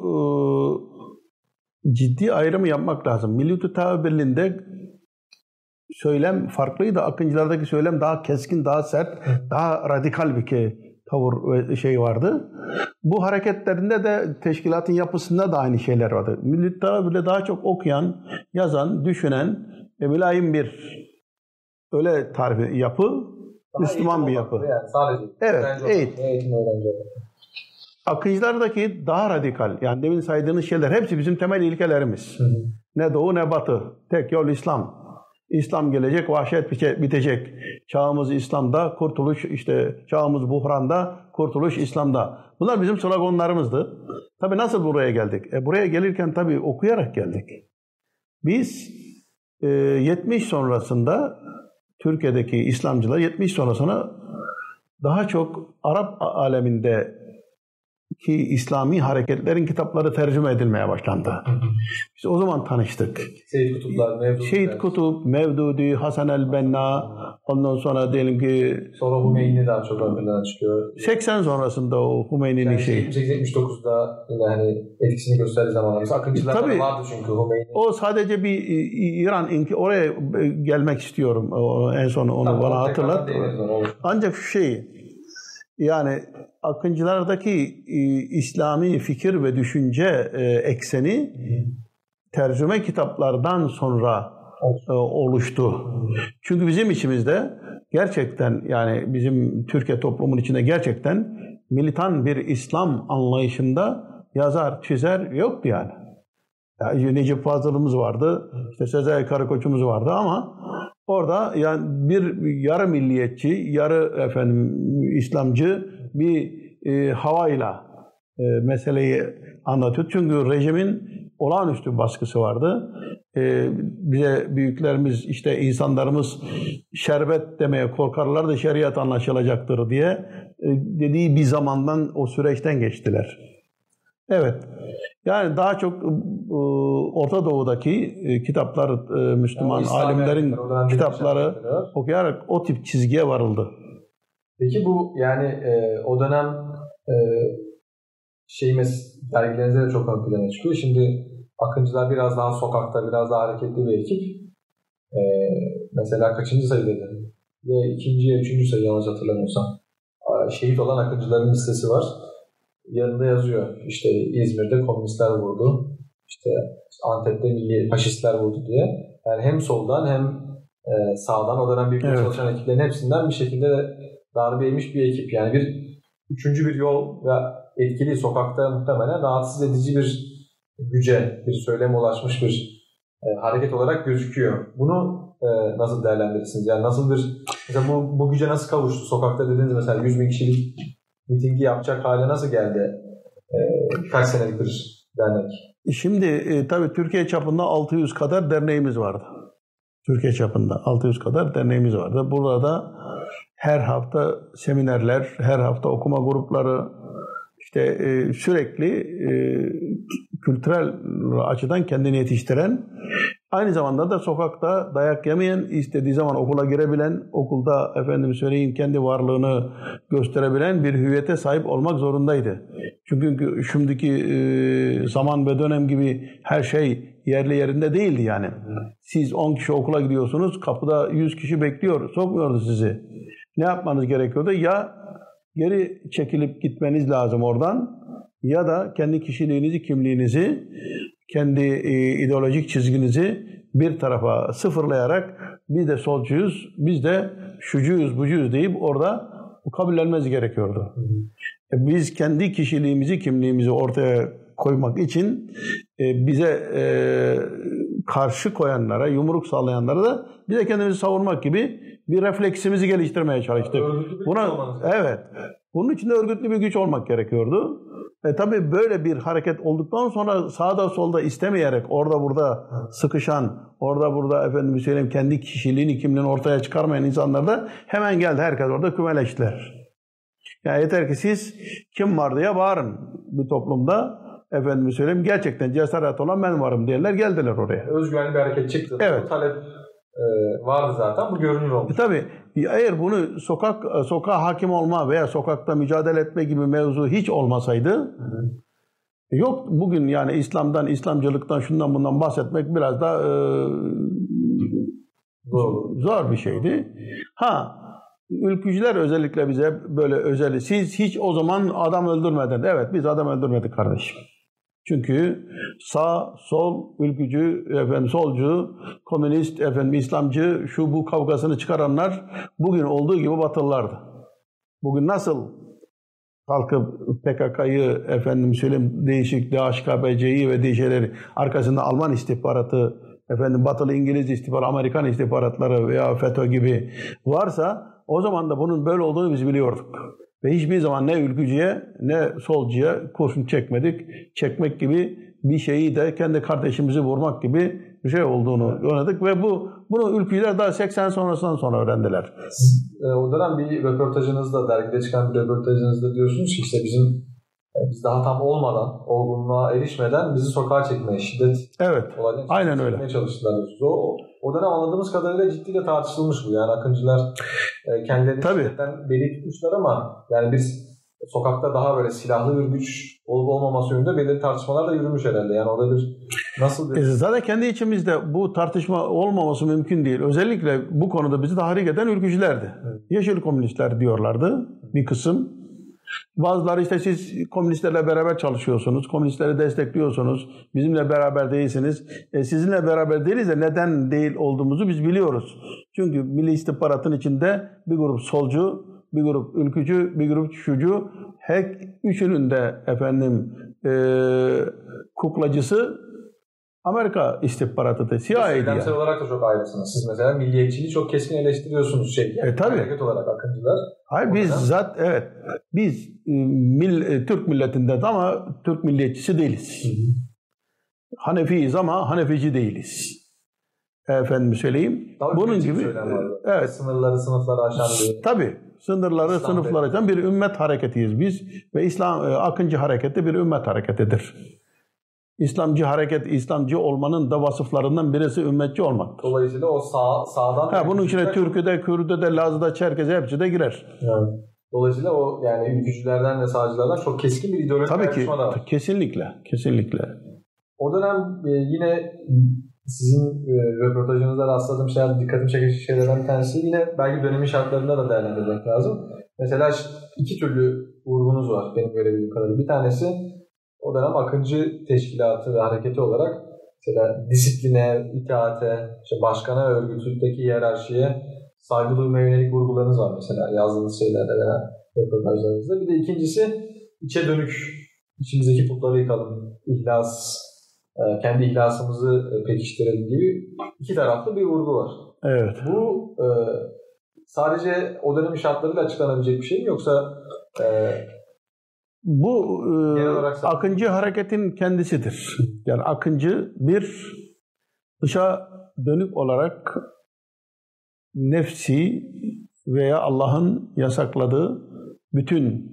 ciddi ayrımı yapmak lazım. Milli Türk Birliği'nde söylem farklıydı. Akıncılardaki söylem daha keskin, daha sert, daha radikal bir tavır ve şey vardı. Bu hareketlerinde de teşkilatın yapısında da aynı şeyler vardı. Milli Türk Birliği daha çok okuyan, yazan, düşünen, mülayim bir öyle tarifi yapı, daha Müslüman bir yapı. Yani sadece eğitim öğrenci. Akıncılardaki daha radikal, yani demin saydığınız şeyler hepsi bizim temel ilkelerimiz. Ne doğu ne batı, tek yol İslam. İslam gelecek, vahşet bitecek. Çağımız İslam'da, kurtuluş çağımız buhranda, kurtuluş İslam'da. Bunlar bizim sloganlarımızdı. Tabii nasıl buraya geldik? Buraya gelirken tabii okuyarak geldik. Biz 70 sonrasında Türkiye'deki İslamcılar 70 sonrasında daha çok Arap aleminde ki İslami hareketlerin kitapları tercüme edilmeye başlandı. Biz o zaman tanıştık. Seyyid Kutup, Mevdudi, Hasan el-Benna, ondan sonra diyelim ki... Sonra Hümeyni daha çok önden çıkıyor. 80 sonrasında o Hümeyni'nin yani 78-79'da yine hani etkisini gösterdiği zamanlarda. Akıncılarda vardı çünkü Hümeyni. O sadece bir İran, oraya gelmek istiyorum. En son onu bana hatırlat. Ancak şu yani Akıncılardaki İslami fikir ve düşünce ekseni tercüme kitaplardan sonra oluştu. Çünkü bizim içimizde gerçekten, yani bizim Türkiye toplumunun içinde gerçekten militan bir İslam anlayışında yazar, çizer yoktu yani. Necip Fazıl'ımız vardı, Sezai Karakoç'umuz vardı ama orada yani bir yarı milliyetçi, yarı İslamcı bir havayla meseleyi anlatıyor. Çünkü rejimin olağanüstü baskısı vardı. Bize büyüklerimiz, insanlarımız şerbet demeye korkarlar da şeriat anlaşılacaktır diye dediği bir zamandan, o süreçten geçtiler. Evet. Yani daha çok Orta Doğu'daki kitaplar, Müslüman alimlerin kitapları okuyarak o tip çizgiye varıldı. Peki bu yani o dönem dergilerinize de çok ön plana çıkıyor. Şimdi Akıncılar biraz daha sokakta, biraz daha hareketli bir ekip. Mesela kaçıncı sayıdaydı? Ya ikinci ya üçüncü sayı yanlış hatırlamıyorsam. Şehit olan Akıncıların listesi var. Yanında yazıyor. İşte İzmir'de komünistler vurdu. İşte Antep'te milli faşistler vurdu diye. Yani hem soldan hem sağdan o dönem birlikte çalışan ekiplerin hepsinden bir şekilde darbe yemiş bir ekip. Yani bir üçüncü bir yol ve etkili sokakta muhtemelen rahatsız edici bir güce, bir söyleme ulaşmış bir hareket olarak gözüküyor. Bunu nasıl değerlendirirsiniz? Yani nasıl mesela bu güce nasıl kavuştu? Sokakta dediğiniz mesela 100.000 kişilik mitingi yapacak hale nasıl geldi? Kaç senelik bir dernek? Şimdi tabii Türkiye çapında 600 kadar derneğimiz vardı. Türkiye çapında 600 kadar derneğimiz vardı. Burada da her hafta seminerler, her hafta okuma grupları, sürekli kültürel açıdan kendini yetiştiren, aynı zamanda da sokakta dayak yemeyen, istediği zaman okula girebilen, okulda kendi varlığını gösterebilen bir hüviyete sahip olmak zorundaydı. Çünkü şimdiki zaman ve dönem gibi her şey yerli yerinde değildi yani. Siz 10 kişi okula gidiyorsunuz, kapıda 100 kişi bekliyor, sokmuyordu sizi. Ne yapmanız gerekiyordu? Ya geri çekilip gitmeniz lazım oradan, ya da kendi kişiliğinizi, kimliğinizi, kendi ideolojik çizginizi bir tarafa sıfırlayarak biz de solcuyuz, biz de şucuyuz, bucuyuz deyip orada kabullenmeniz gerekiyordu. Biz kendi kişiliğimizi, kimliğimizi ortaya koymak için bize karşı koyanlara, yumruk sallayanlara da bize kendimizi savunmak gibi bir refleksimizi geliştirmeye çalıştık. Evet. Bunun için de örgütlü bir güç olmak gerekiyordu. Tabii böyle bir hareket olduktan sonra sağda solda istemeyerek orada burada sıkışan, orada burada efendim söyleyeyim kendi kişiliğini, kimliğini ortaya çıkarmayan insanlar da hemen geldi. Herkes orada kümeleştiler. Yani yeter ki siz kim var diye bağırın bir toplumda. Efendim söyleyeyim gerçekten cesaret olan ben varım diyenler geldiler oraya. Özgüvenli bir hareket çıktı. Evet. Bu talep vardı zaten. Bu görünür olmuş. Tabii. Eğer bunu sokağa hakim olma veya sokakta mücadele etme gibi mevzu hiç olmasaydı yok bugün yani İslam'dan, İslamcılıktan şundan bundan bahsetmek biraz da zor bir şeydi. Ülkücüler özellikle bize böyle özel. Siz hiç o zaman adam öldürmedin. Evet biz adam öldürmedik kardeşim. Çünkü sağ, sol, ülkücü, solcu, komünist, İslamcı, şu bu kavgasını çıkaranlar bugün olduğu gibi Batılılardı. Bugün nasıl kalkıp PKK'yı, değişik DHKPC'yi ve DŞ'leri arkasında Alman istihbaratı, Batılı İngiliz istihbaratı, Amerikan istihbaratları veya FETÖ gibi varsa o zaman da bunun böyle olduğunu biz biliyorduk. Ve hiçbir zaman ne ülkücüye ne solcuya kurşun çekmedik. Çekmek gibi bir şeyi de kendi kardeşimizi vurmak gibi bir şey olduğunu öğrendik ve bunu ülkücüler daha 80 sonrasından sonra öğrendiler. Siz o dönem bir röportajınızda, dergide çıkan bir röportajınızda diyorsunuz ki işte biz daha tam olgunluğa erişmeden bizi sokağa çekmeye, şiddet olaylarına aynen öyle çalıştılar diyorsunuz. O dönem anladığımız kadarıyla ciddi de tartışılmış bu. Yani Akıncılar kendilerini şiddetten beri tutmuşlar ama yani biz sokakta daha böyle silahlı bir güç olup olmaması yönünde belirli tartışmalar da yürümüş herhalde. Yani o da nasıl bir... Zaten kendi içimizde bu tartışma olmaması mümkün değil. Özellikle bu konuda bizi tahrik eden ülkücülerdi. Evet. Yeşil komünistler diyorlardı bir kısım. Bazıları işte siz komünistlerle beraber çalışıyorsunuz, komünistleri destekliyorsunuz, bizimle beraber değilsiniz. Sizinle beraber değiliz de neden değil olduğumuzu biz biliyoruz. Çünkü Milli İstihbarat'ın içinde bir grup solcu, bir grup ülkücü, bir grup şucu, her üçünün de kuklacısı Amerika istihbaratıdır, CIA'ydi. Söylemsel olarak da çok ayrısınız. Siz mesela milliyetçiliği çok keskin eleştiriyorsunuz tabii. Hareket olarak Akıncılar. Hayır biz Türk milletinden ama Türk milliyetçisi değiliz. Hanefiyiz ama Hanefici değiliz. Bunun gibi sınırları, sınıfları aşan bir... Tabii. Sınırları aşan bir ümmet hareketiyiz biz ve Akıncı hareketi bir ümmet hareketidir. İslamcı hareket, İslamcı olmanın da vasıflarından birisi ümmetçi olmaktır. Dolayısıyla o sağdan... bunun içine Türk'ü Kürt'ü de, Laz'ı da, Çerkez'i hepsi de girer. Evet. Dolayısıyla o yani ülkücülerden ve sağcılardan çok keskin bir ideolojik ayrışma da var. Kesinlikle. O dönem yine sizin röportajınızda rastladığım dikkatimi çeken şeylerden bir tanesi yine belki dönemin şartlarında da değerlendirmek lazım. Mesela iki türlü vurgunuz var benim görebildiğim kadarıyla. Bir tanesi o dönem Akıncı teşkilatı ve hareketi olarak mesela disipline, itaate, başkana ve örgütündeki hiyerarşiye saygı duymaya yönelik vurgularınız var mesela yazdığınız şeylerde veya röportajlarınızda. Bir de ikincisi içe dönük, içimizdeki putları yıkalım, ihlas, kendi ihlasımızı pekiştirelim gibi iki taraflı bir vurgu var. Evet. Bu sadece o dönemin şartlarıyla açıklanabilecek bir şey mi yoksa... Bu Akıncı hareketin kendisidir. Yani Akıncı bir dışa dönük olarak nefsi veya Allah'ın yasakladığı bütün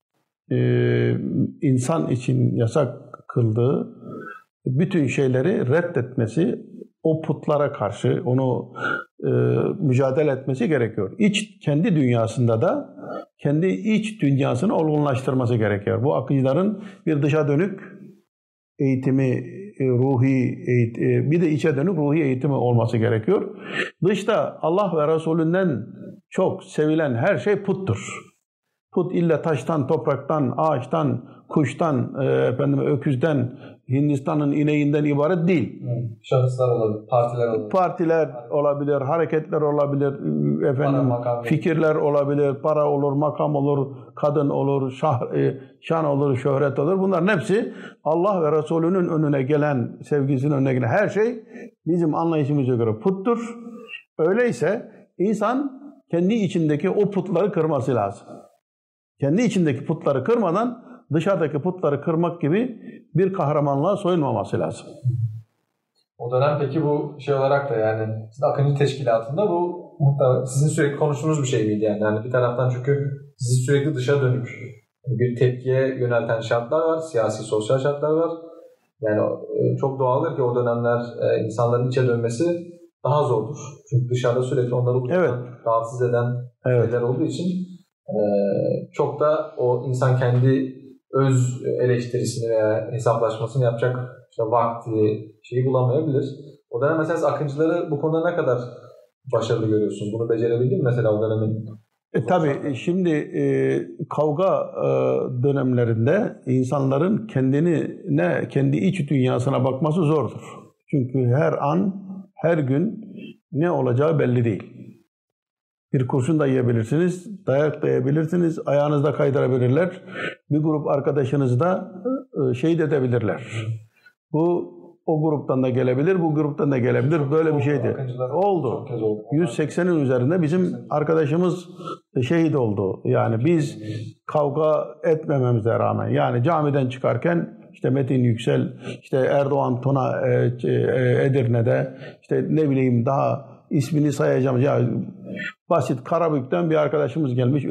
insan için yasak kıldığı bütün şeyleri reddetmesi, o putlara karşı onu mücadele etmesi gerekiyor. Kendi dünyasında da kendi iç dünyasını olgunlaştırması gerekiyor. Bu Akıncıların bir dışa dönük eğitimi, bir de içe dönük ruhi eğitimi olması gerekiyor. Dışta Allah ve Resulünden çok sevilen her şey puttur. Put illa taştan, topraktan, ağaçtan, kuştan, öküzden, Hindistan'ın ineğinden ibaret değil. Şahıslar olabilir, partiler olabilir, hareketler olabilir, fikirler olabilir, para olur, makam olur, kadın olur, şan olur, şöhret olur. Bunların hepsi Allah ve Resulünün önüne gelen, sevgisinin önüne gelen her şey bizim anlayışımıza göre puttur. Öyleyse insan kendi içindeki o putları kırması lazım. Kendi içindeki putları kırmadan dışarıdaki putları kırmak gibi bir kahramanlığa soyunmaması lazım. O dönem peki bu şey olarak da yani Akıncı Teşkilatı'nda bu muhtemelen sizin sürekli konuştuğunuz bir şey miydi yani? Yani bir taraftan çünkü sizi sürekli dışa dönük bir tepkiye yönelten şartlar var, siyasi, sosyal şartlar var. Yani çok doğaldır ki o dönemler insanların içe dönmesi daha zordur. Çünkü dışarıda sürekli onları rahatsız eden şeyler olduğu için çok da o insan kendi öz eleştirisini veya hesaplaşmasını yapacak vakti, şeyi bulamayabilir. O dönem mesela Akıncıları bu konuda ne kadar başarılı görüyorsunuz? Bunu becerebildin mi mesela o dönemin? Tabii şimdi kavga dönemlerinde insanların kendi iç dünyasına bakması zordur. Çünkü her an, her gün ne olacağı belli değil. Bir kurşun da yiyebilirsiniz, dayak da yiyebilirsiniz, ayağınızda kaydırabilirler. Bir grup arkadaşınız da şehit edebilirler. Bu o gruptan da gelebilir, bu gruptan da gelebilir. Böyle bir şeydi. Oldu. 180'in üzerinde bizim arkadaşımız şehit oldu. Yani biz kavga etmememize rağmen, yani camiden çıkarken işte Metin Yüksel, işte Erdoğan Tuna Edirne'de, işte ne bileyim daha ismini sayacağım. Ya basit Karabük'ten bir arkadaşımız gelmiş.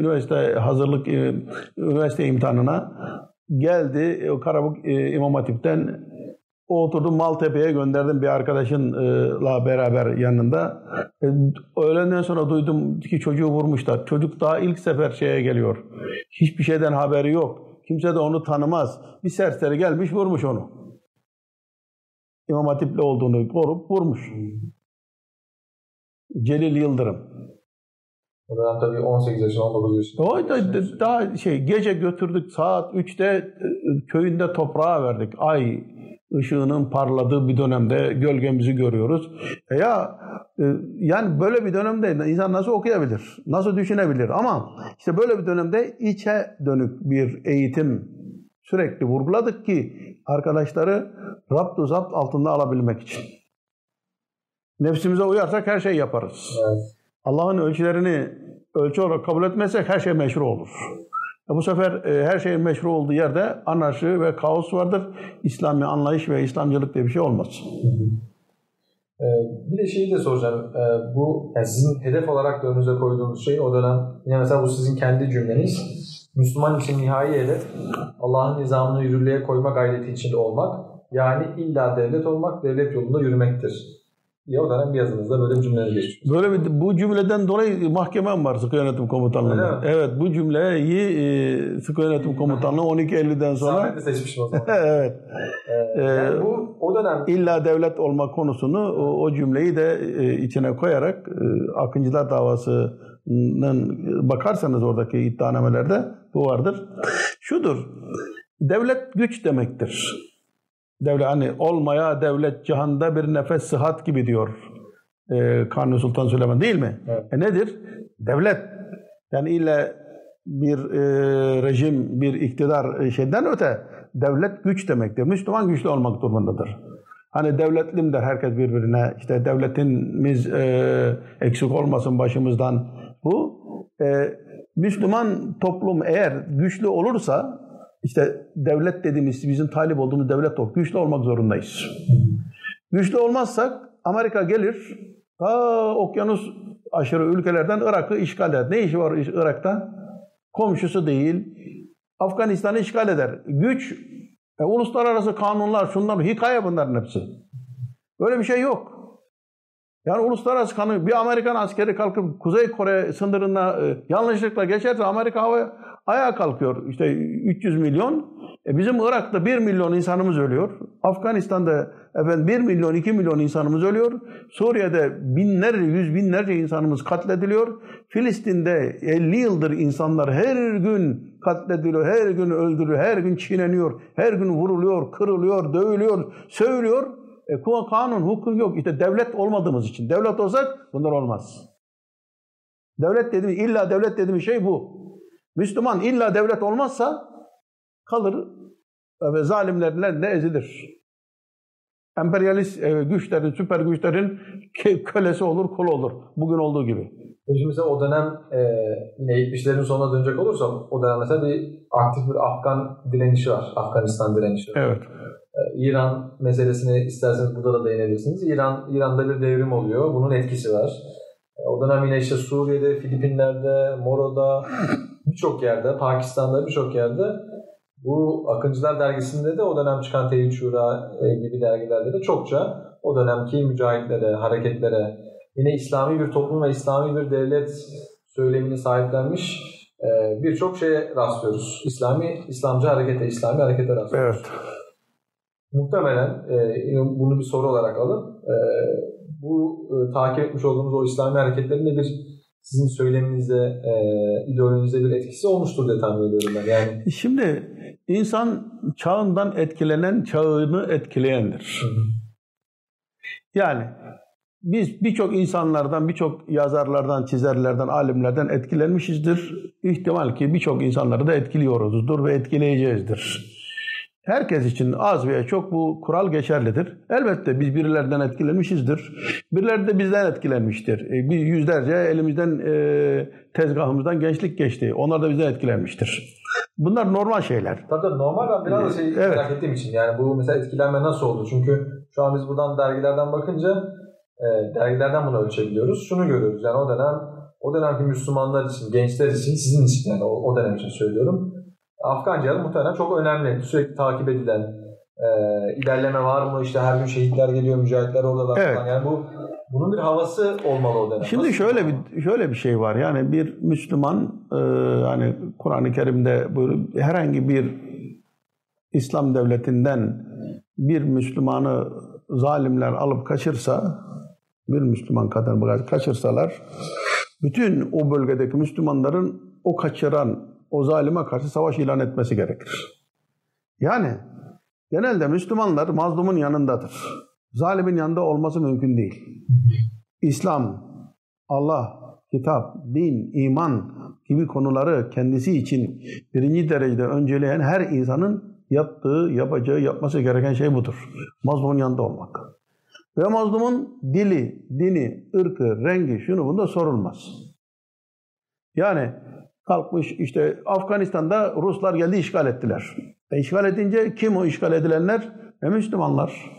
Üniversite imtihanına geldi. Karabük İmam Hatip'ten oturdum, Maltepe'ye gönderdim bir arkadaşınla beraber yanında. Öğlenden sonra duydum ki çocuğu vurmuşlar. Çocuk daha ilk sefer şeye geliyor. Hiçbir şeyden haberi yok. Kimse de onu tanımaz. Bir serseri gelmiş vurmuş onu. İmam Hatip'li olduğunu korup vurmuş. Celil Yıldırım. O dönem tabii 18 yaşında, 19 yaşında. O da daha gece götürdük, saat 3'te köyünde toprağa verdik. Ay ışığının parladığı bir dönemde gölgemizi görüyoruz. Yani böyle bir dönemde insan nasıl okuyabilir? Nasıl düşünebilir? Ama işte böyle bir dönemde içe dönük bir eğitim sürekli vurguladık ki arkadaşları rapt-ı zapt altında alabilmek için. Nefsimize uyarsak her şeyi yaparız. Evet. Allah'ın ölçülerini ölçü olarak kabul etmezsek her şey meşru olur. Bu sefer her şeyin meşru olduğu yerde anarşi ve kaos vardır. İslami anlayış ve İslamcılık diye bir şey olmaz. Bir de şeyi de soracağım. Bu yani sizin hedef olarak da önünüze koyduğunuz şey o dönem yine mesela bu sizin kendi cümleniz. Müslüman için nihai hedef Allah'ın nizamını yürürlüğe koyma gayreti içinde olmak. Yani illa devlet olmak, devlet yolunda yürümektir. Ya o dönem bir yazınızda böyle bir cümleleri geçmiş. Böyle bu cümleden dolayı mahkemem var Sıkı Yönetim Komutanlığı'nda. Evet, bu cümleyi Sıkı Yönetim Komutanlığı 12.50'den sonra... Zahmetli seçmişim o zaman. Evet. Yani bu o dönem... İlla devlet olma konusunu o cümleyi de içine koyarak Akıncılar davasının bakarsanız oradaki iddianamelerde bu vardır. Şudur, devlet güç demektir. Devlet hani olmaya devlet cihanda bir nefes sıhhat gibi diyor Kanuni Sultan Süleyman değil mi? Evet. Nedir? Devlet. Yani illa bir rejim, bir iktidar şeyden öte devlet güç demektir. Müslüman güçlü olmak durumundadır. Hani devletlim der herkes birbirine. İşte devletimiz eksik olmasın başımızdan. Bu Müslüman toplum eğer güçlü olursa İşte devlet dediğimiz, bizim talip olduğumuz devlet o. Güçlü olmak zorundayız. Güçlü olmazsak Amerika gelir, okyanus aşırı ülkelerden Irak'ı işgal eder. Ne işi var Irak'ta? Komşusu değil. Afganistan'ı işgal eder. Güç, uluslararası kanunlar, şunlar, hikaye bunların hepsi. Böyle bir şey yok. Yani uluslararası kanun, bir Amerikan askeri kalkıp Kuzey Kore sınırına yanlışlıkla geçerse Amerika ayağa kalkıyor. İşte 300 milyon. Bizim Irak'ta 1 milyon insanımız ölüyor. Afganistan'da 1 milyon, 2 milyon insanımız ölüyor. Suriye'de binlerce, yüz binlerce insanımız katlediliyor. Filistin'de 50 yıldır insanlar her gün katlediliyor, her gün öldürülüyor, her gün çiğneniyor, her gün vuruluyor, kırılıyor, dövülüyor, sövülüyor. Kanun, hukuk yok. İşte devlet olmadığımız için. Devlet olsak bunlar olmaz. Devlet dediğimiz, illa devlet dediğimiz şey bu. Müslüman illa devlet olmazsa kalır ve zalimlerle de ezilir. emperyalist güçlerin, süper güçlerin kölesi olur, kulu olur. Bugün olduğu gibi. Şimdi mesela o dönem yine 70'lerin sonuna dönecek olursam o dönem mesela bir aktif bir Afgan direnişi var. Afganistan direnişi var. Evet. İran meselesini isterseniz burada da değinebilirsiniz. İran'da bir devrim oluyor. Bunun etkisi var. O dönem yine işte Suriye'de, Filipinler'de, Moro'da birçok yerde, Pakistan'da birçok yerde bu Akıncılar dergisinde de o dönem çıkan Tevhid Şura gibi dergilerde de çokça o dönemki mücahitlere, hareketlere, yine İslami bir toplum ve İslami bir devlet söylemini sahiplenmiş birçok şeye rastlıyoruz. İslamcı harekete, İslami harekete rastlıyoruz. Evet. Muhtemelen bunu bir soru olarak alın. Bu takip etmiş olduğumuz o İslami hareketlerin de bir sizin söyleminizde, ideolojinizde bir etkisi olmuştur diye tahmin ediyorum ben. Yani şimdi insan çağından etkilenen çağını etkileyendir. Yani biz birçok insanlardan, birçok yazarlardan, çizerlerden, alimlerden etkilenmişizdir. İhtimal ki birçok insanları da etkiliyoruzdur ve etkileyeceğizdir. Herkes için az veya çok bu kural geçerlidir. Elbette biz birilerden etkilenmişizdir. Birileri de bizden etkilenmiştir. Biz yüzlerce elimizden, tezgahımızdan gençlik geçti. Onlar da bizden etkilenmiştir. Bunlar normal şeyler. Tabii normal. Ben biraz da merak ettiğim için. Yani bu mesela etkilenme nasıl oldu? Çünkü şu an biz buradan dergilerden bakınca dergilerden bunu ölçebiliyoruz. Şunu görüyoruz. Yani o dönemki Müslümanlar için, gençler için, sizin için yani o dönem için söylüyorum. Afgancılar muhtemelen çok önemli. Sürekli takip edilen, ilerleme var mı? İşte her gün şehitler geliyor, mücahitler oradalar evet. falan. Yani bunun bir havası olmalı o dönem. Şimdi şöyle bir şey var. Yani bir Müslüman hani Kur'an-ı Kerim'de herhangi bir İslam devletinden bir Müslümanı zalimler alıp kaçırsa, bir Müslüman kadını kaçırsalar, bütün o bölgedeki Müslümanların o kaçıran, o zalime karşı savaş ilan etmesi gerekir. Yani genelde Müslümanlar mazlumun yanındadır. Zalimin yanında olması mümkün değil. İslam, Allah, kitap, din, iman gibi konuları kendisi için birinci derecede önceleyen her insanın yapacağı, yapması gereken şey budur. Mazlumun yanında olmak. Ve mazlumun dili, dini, ırkı, rengi, şunu bunda sorulmaz. Yani kalkmış işte Afganistan'da Ruslar geldi işgal ettiler. İşgal edince kim o işgal edilenler? Müslümanlar.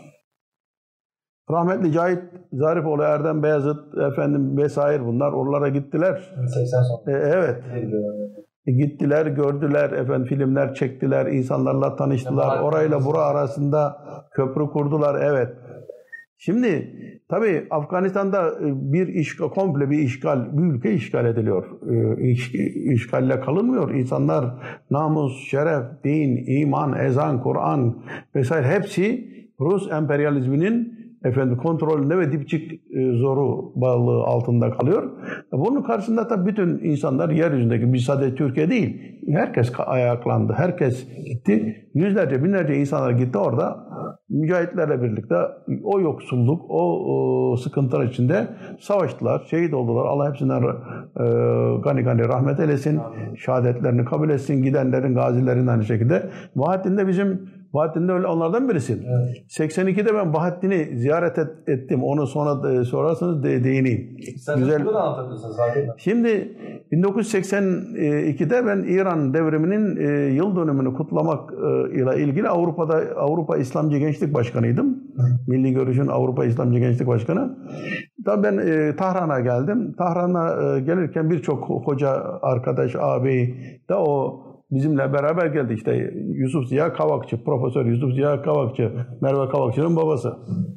Rahmetli Cahit Zarifoğlu, Erdem Beyazıt efendim vesaire bunlar oralara gittiler. 80 sonra. Evet. Gittiler, gördüler, efendim filmler çektiler, insanlarla tanıştılar. Orayla bura arasında köprü kurdular. Evet. Şimdi tabii Afganistan'da komple bir ülke işgal ediliyor. İşgalle kalınmıyor. İnsanlar namus, şeref, din, iman, ezan, Kur'an vesaire hepsi Rus emperyalizminin kontrolünde ve dipçik zoru bağlılığı altında kalıyor. Bunun karşısında tabii bütün insanlar yeryüzündeki, biz sadece Türkiye değil, herkes ayaklandı, herkes gitti. Yüzlerce, binlerce insanlar gitti orada. Mücahitlerle birlikte o yoksulluk, o sıkıntılar içinde savaştılar, şehit oldular. Allah hepsinden gani gani rahmet eylesin, şehadetlerini kabul etsin, gidenlerin, gazilerin aynı şekilde. Bahattin de öyle onlardan birisi. Evet. 82'de ben Bahattin'i ziyaret ettim. Onu sonra sorarsanız değineyim. Sen güzel. Da anlatabilirsiniz zaten. Şimdi 1982'de ben İran devriminin yıl dönümünü kutlamak ile ilgili Avrupa İslamcı Gençlik Başkanıydım. Milli Görüş'ün Avrupa İslamcı Gençlik Başkanı. Tabii ben Tahran'a geldim. Tahran'a gelirken birçok hoca, arkadaş, ağabey de o bizimle beraber geldi. İşte Yusuf Ziya Kavakçı, Profesör Yusuf Ziya Kavakçı, Merve Kavakçı'nın babası.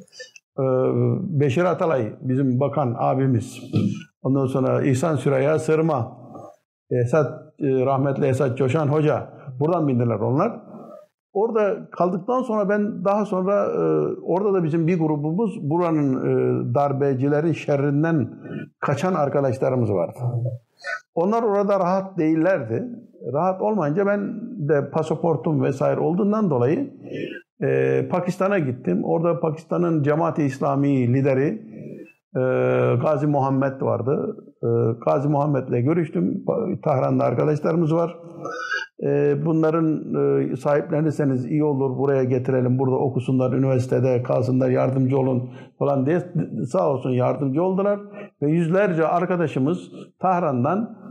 Beşir Atalay, bizim bakan abimiz. Ondan sonra İhsan Süreyya Sırma, rahmetli Esat Coşan Hoca. Buradan bindiler onlar. Orada kaldıktan sonra ben daha sonra orada da bizim bir grubumuz buranın darbecilerin şerrinden kaçan arkadaşlarımız vardı. Onlar orada rahat değillerdi. Rahat olmayınca ben de pasaportum vesaire olduğundan dolayı Pakistan'a gittim. Orada Pakistan'ın Cemaat-i İslami lideri Gazi Muhammed vardı. Gazi Muhammed'le görüştüm. Tahran'da arkadaşlarımız var. Bunların sahiplenirseniz iyi olur, buraya getirelim, burada okusunlar, üniversitede kalsınlar, yardımcı olun falan diye sağ olsun yardımcı oldular. Ve yüzlerce arkadaşımız Tahran'dan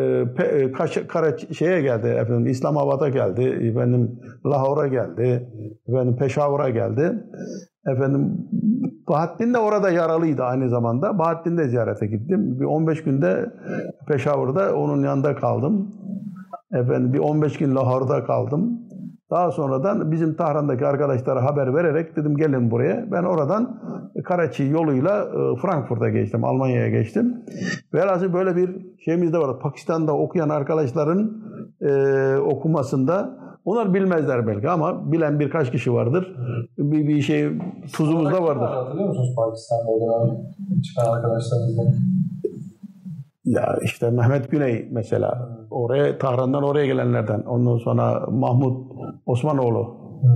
şeye geldi efendim, İslamabad'a geldi, efendim Lahor'a geldi, efendim Peşavar'a geldi. Efendim Bahattin de orada yaralıydı aynı zamanda. Bahattin de ziyarete gittim. Bir 15 günde Peşavar'da onun yanında kaldım. Efendim bir 15 gün Lahor'da kaldım. Daha sonradan bizim Tahran'daki arkadaşlara haber vererek dedim gelin buraya. Ben oradan Karaçi yoluyla Frankfurt'a geçtim, Almanya'ya geçtim. Velhasıl böyle bir şeyimiz de var. Pakistan'da okuyan arkadaşların okumasında, onlar bilmezler belki ama bilen birkaç kişi vardır. Bir şey tuzumuz da vardır. Hatırlıyor musunuz Pakistan'da o dönem çıkan arkadaşlarınızdan? Ya işte Mehmet Güney mesela. Oraya, Tahran'dan oraya gelenlerden. Ondan sonra Mahmut Osmanoğlu.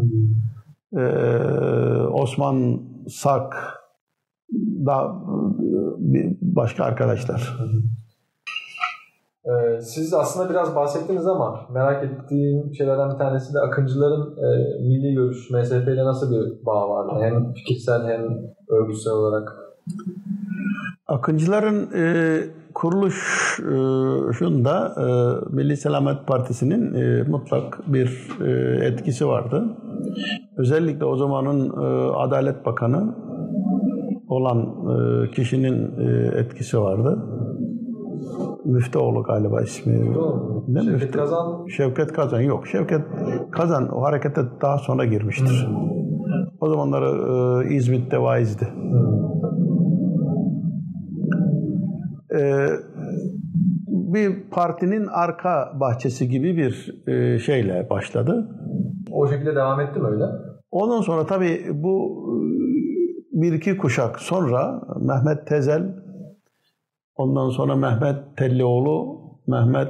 Osman Sak. Daha başka arkadaşlar. Siz aslında biraz bahsettiniz ama merak ettiğim şeylerden bir tanesi de Akıncıların milli görüş, MSP ile nasıl bir bağ var? Hem fikirsel hem örgütsel olarak. Akıncıların kuruluşunda Milli Selamet Partisi'nin mutlak bir etkisi vardı. Özellikle o zamanın Adalet Bakanı olan kişinin etkisi vardı. Müftüoğlu galiba ismi. Ne Şevket Kazan? Şevket Kazan yok. Şevket Kazan o harekete daha sonra girmiştir. O zamanları İzmit'te vaizdi. Bir partinin arka bahçesi gibi bir şeyle başladı. O şekilde devam etti mi öyle? Ondan sonra tabii bu bir iki kuşak sonra Mehmet Tezel, ondan sonra Mehmet Tellioğlu, Mehmet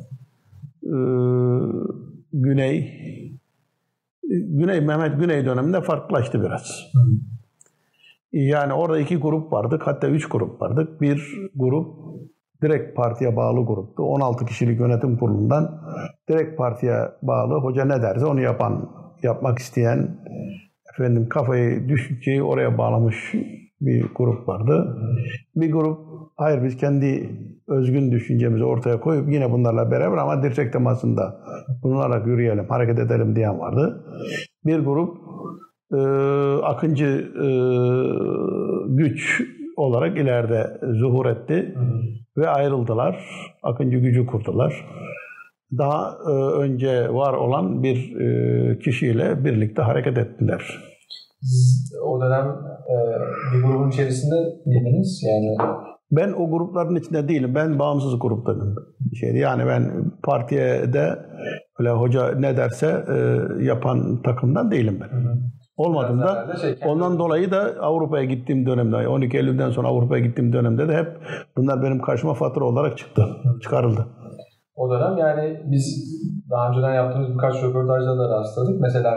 Mehmet Güney döneminde farklılaştı biraz. Yani orada iki grup vardık, hatta 3 grup vardık. Bir grup direkt partiye bağlı gruptu. 16 kişilik yönetim kurulundan direkt partiye bağlı, hoca ne derse onu yapmak isteyen, efendim kafayı, düşünceyi oraya bağlamış bir grup vardı. Bir grup, hayır biz kendi özgün düşüncemizi ortaya koyup yine bunlarla beraber ama dirsek temasında bulunarak yürüyelim, hareket edelim diyen vardı. Bir grup Akıncı güç olarak ileride zuhur etti ve ayrıldılar. Akıncı gücü kurdular. Daha önce var olan bir kişiyle birlikte hareket ettiler. O dönem bir grubun içerisinde miydiniz? Yani ben o grupların içinde değilim. Ben bağımsız gruptanım. Yani ben partiye de öyle hoca ne derse yapan takımdan değilim ben. Olmadım da ondan dolayı da Avrupa'ya gittiğim dönemde, 12 Eylül'den sonra Avrupa'ya gittiğim dönemde de hep bunlar benim karşıma fatura olarak çıkarıldı. O dönem yani biz daha önceden yaptığımız birkaç röportajda da rastladık. Mesela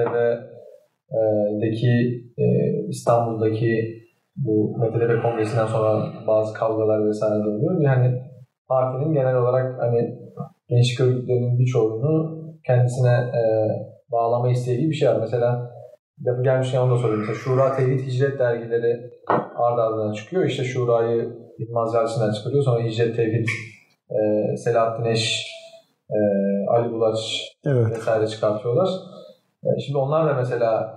MTTB'deki İstanbul'daki bu MTTB kongresinden sonra bazı kavgalar vesaire oluyor. Yani partinin genel olarak hani gençlik örgütlerinin birçoğunu kendisine bağlama isteği bir şey var. Mesela lafı gelmişken onu da sorayım. Mesela Şura Tevhid Hicret dergileri ard ardına çıkıyor. İşte Şura'yı İlmaz Yalçın'dan çıkarıyor. Sonra Hicret Tevhid, Selahattin Eş, Ali Bulaç vesaire çıkartıyorlar. Şimdi onlar da mesela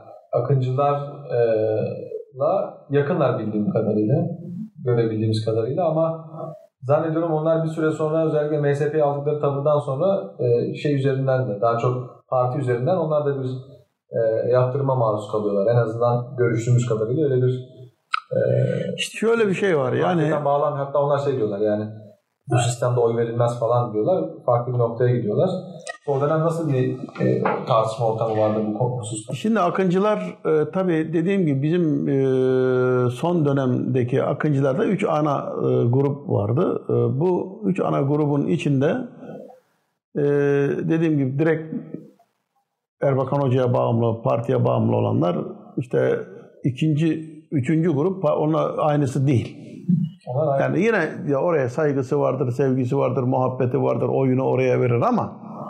Akıncılarla yakınlar bildiğim kadarıyla, görebildiğimiz kadarıyla ama zannediyorum onlar bir süre sonra özellikle MSP'yi aldıkları tavırdan sonra şey üzerinden de daha çok parti üzerinden onlar da bir yaptırıma maruz kalıyorlar. En azından görüştüğümüz kadarıyla öyle bir işte şöyle bir şey var yani. Hatta onlar şey diyorlar yani bu sistemde oy verilmez falan diyorlar. Farklı bir noktaya gidiyorlar. O dönem nasıl bir tartışma ortamı vardı bu hususta? Şimdi Akıncılar tabii dediğim gibi bizim son dönemdeki Akıncılarda 3 ana grup vardı. Bu 3 ana grubun içinde dediğim gibi direkt Erbakan Hoca'ya bağımlı, partiye bağımlı olanlar işte üçüncü grup onunla aynısı değil. Yani yine ya oraya saygısı vardır, sevgisi vardır, muhabbeti vardır, oyunu oraya verir ama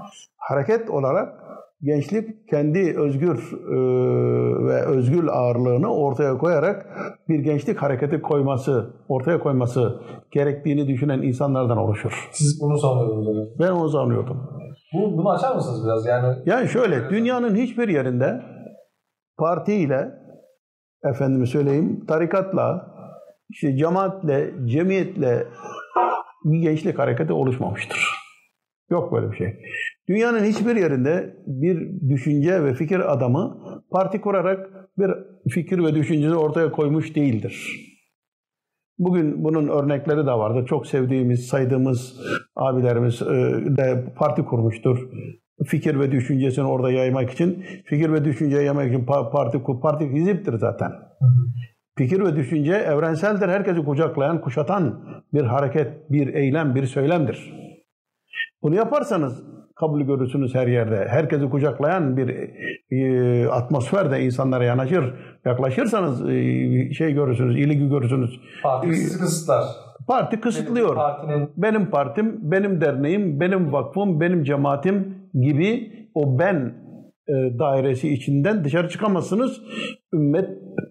hareket olarak gençlik kendi özgür ve özgül ağırlığını ortaya koyarak bir gençlik hareketi ortaya koyması gerektiğini düşünen insanlardan oluşur. Siz bunu sanıyordunuz. Ben onu sanıyordum. Bunu açar mısınız biraz? Yani şöyle, dünyanın hiçbir yerinde partiyle, efendime söyleyeyim, tarikatla, işte cemaatle, cemiyetle bir gençlik hareketi oluşmamıştır. Yok böyle bir şey. Dünyanın hiçbir yerinde bir düşünce ve fikir adamı parti kurarak bir fikir ve düşüncesi ortaya koymuş değildir. Bugün bunun örnekleri de vardır. Çok sevdiğimiz, saydığımız abilerimiz de parti kurmuştur. Fikir ve düşüncesini orada yaymak için, fikir ve düşünceyi yaymak için parti hiziptir zaten. Fikir ve düşünce evrenseldir. Herkesi kucaklayan, kuşatan bir hareket, bir eylem, bir söylemdir. Bunu yaparsanız kabul görürsünüz her yerde. Herkesi kucaklayan bir atmosferde insanlara yaklaşırsanız görürsünüz, ilgi görürsünüz. Parti sizi kısıtlar. Parti kısıtlıyor. Benim partim, benim derneğim, benim vakfım, benim cemaatim gibi o ben dairesi içinden dışarı çıkamazsınız. Ümmet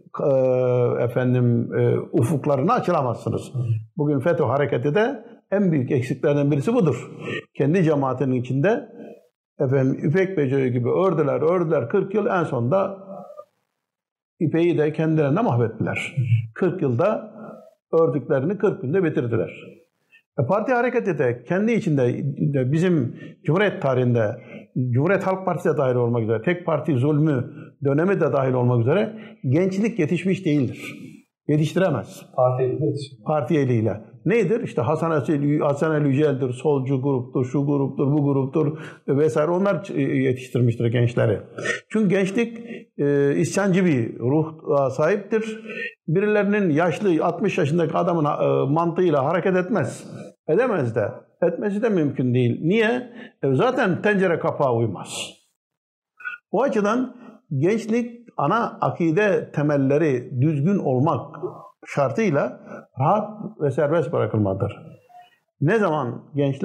ufuklarına açılamazsınız. Bugün FETÖ hareketi de en büyük eksiklerden birisi budur. Kendi cemaatinin içinde ipek böceği gibi ördüler 40 yıl, en sonunda ipeği de kendilerine mahvettiler. 40 yılda ördüklerini 40 günde bitirdiler. Parti hareketi de kendi içinde bizim Cumhuriyet tarihinde Cumhuriyet Halk Partisi de dahil olmak üzere, tek parti zulmü dönemi de dahil olmak üzere gençlik yetişmiş değildir. Yetiştiremez. Parti eliyle. Nedir? İşte Hasan Ali Yücel'dir, solcu gruptur, şu gruptur, bu gruptur vesaire. Onlar yetiştirmiştir gençleri. Çünkü gençlik isyancı bir ruha sahiptir. Birilerinin yaşlı 60 yaşındaki adamın mantığıyla hareket etmez. Edemez de. Etmesi de mümkün değil. Niye? Zaten tencere kapağı uymaz. O açıdan gençlik ana akide temelleri düzgün olmak şartıyla rahat ve serbest bırakılmalıdır. Ne zaman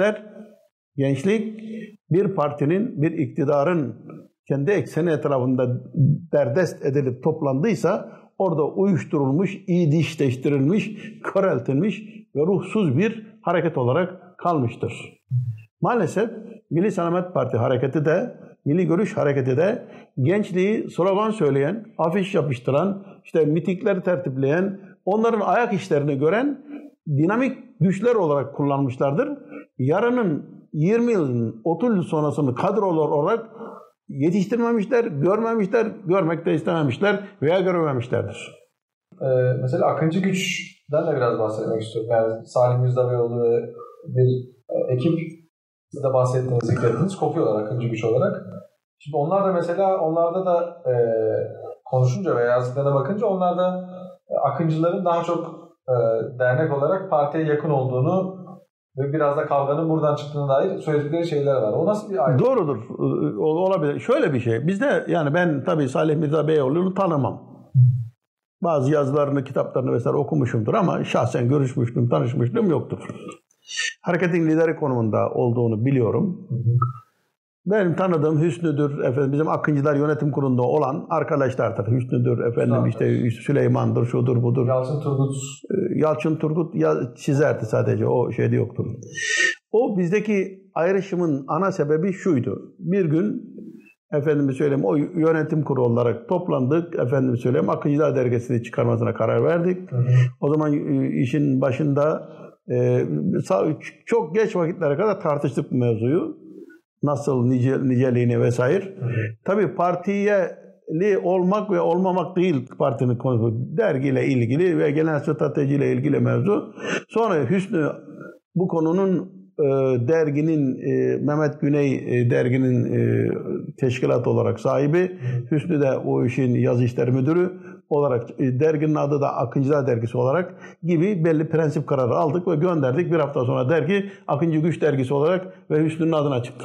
gençlik bir partinin, bir iktidarın kendi ekseni etrafında derdest edilip toplandıysa orada uyuşturulmuş, iyi dişleştirilmiş, köreltilmiş ve ruhsuz bir hareket olarak kalmıştır. Maalesef Milli Selamet Parti hareketi de, Milli Görüş hareketi de gençliği slogan söyleyen, afiş yapıştıran, işte mitingleri tertipleyen, onların ayak işlerini gören dinamik güçler olarak kullanmışlardır. Yarının 20 yılın 30 yıl sonrasını kadrolar olarak yetiştirmemişler, görmemişler, görmek de istememişler veya görememişlerdir. Mesela Akıncı Güç'den de biraz bahsetmek istiyorum. Yani Salim Yüzdabeyoğlu ve bir ekip, siz de bahsettiğiniz, zikrettiniz, kopuyorlar Akıncı Güç olarak. Şimdi onlar da mesela, onlarda da konuşunca veya yazdıklarına bakınca onlar da Akıncıların daha çok dernek olarak partiye yakın olduğunu ve biraz da kavganın buradan çıktığına dair söyledikleri şeyler var. O nasıl bir ayrım? Doğrudur. Olabilir. Şöyle bir şey. Bizde, yani ben tabii Salih Mirza Beyoğlu'nu tanımam. Bazı yazılarını, kitaplarını vesaire okumuşumdur ama şahsen görüşmüştüm, tanışmışlığım yoktur. Hareketin lideri konumunda olduğunu biliyorum. Benim tanıdığım Hüsnü'dür, bizim Akıncılar Yönetim Kurulu'nda olan arkadaşlardır. Hüsnü'dür, işte Süleyman'dır, şudur budur. Yalçın Turgut çizerdi sadece, o şeyde yoktur. O bizdeki ayrışımın ana sebebi şuydu. Bir gün o yönetim kurulu olarak toplandık. Akıncılar Dergisi'ni çıkarmasına karar verdik. O zaman işin başında çok geç vakitlere kadar tartıştık bu mevzuyu. Nasıl niceliğini vesaire. Tabii partiyeli olmak ve olmamak değil partinin konusu. Dergiyle ilgili ve genel stratejiyle ilgili mevzu. Sonra Hüsnü bu konunun derginin Mehmet Güney derginin teşkilat olarak sahibi. Hüsnü de o işin yazı işleri müdürü olarak, derginin adı da Akıncılar Dergisi olarak gibi belli prensip kararı aldık ve gönderdik. Bir hafta sonra dergi Akıncı Güç Dergisi olarak ve Hüsnü'nün adına çıktı.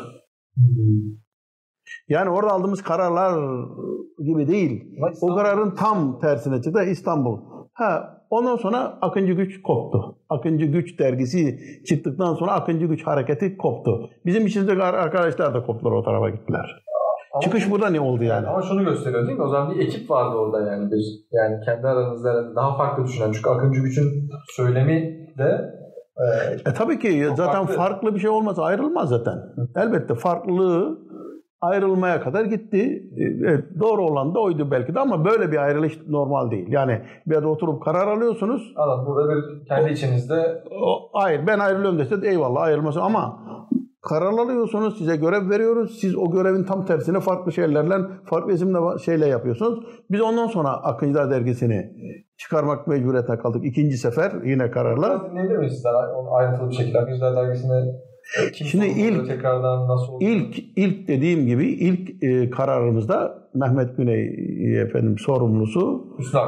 Yani orada aldığımız kararlar gibi değil. O kararın tam tersine çıktı. İstanbul. ondan sonra Akıncı Güç koptu. Akıncı Güç dergisi çıktıktan sonra Akıncı Güç hareketi koptu. Bizim içimizdeki arkadaşlar da koptular, o tarafa gittiler. Ama çıkış burada ne oldu yani? Ama şunu gösteriyor değil mi? O zaman bir ekip vardı orada yani. Yani kendi aranızda daha farklı düşünen. Çünkü Akıncı Güç'ün söylemi de tabii ki zaten farklı bir şey olmaz, ayrılmaz zaten. Elbette farklılığı ayrılmaya kadar gitti. Evet, doğru olan da oydu belki de, ama böyle bir ayrılış normal değil. Yani bir yerde oturup karar alıyorsunuz. Anladım. Burada bir kendi içinizde... Hayır, ben ayrılıyorum dese eyvallah, ayrılmasın, ama karar alıyorsunuz, size görev veriyoruz. Siz o görevin tam tersine farklı şeylerle, farklı isimle şeyle yapıyorsunuz. Biz ondan sonra Akıncılar Dergisi'ni çıkarmak mecburiyetine kaldık. İkinci sefer yine kararla. Dinleyebilir miyiz sizler ayrıntılı bir şekilde Akıncılar Dergisi'ne? Şimdi tekrardan nasıl oldu? İlk dediğim gibi ilk kararımızda Mehmet Güney efendim sorumlusu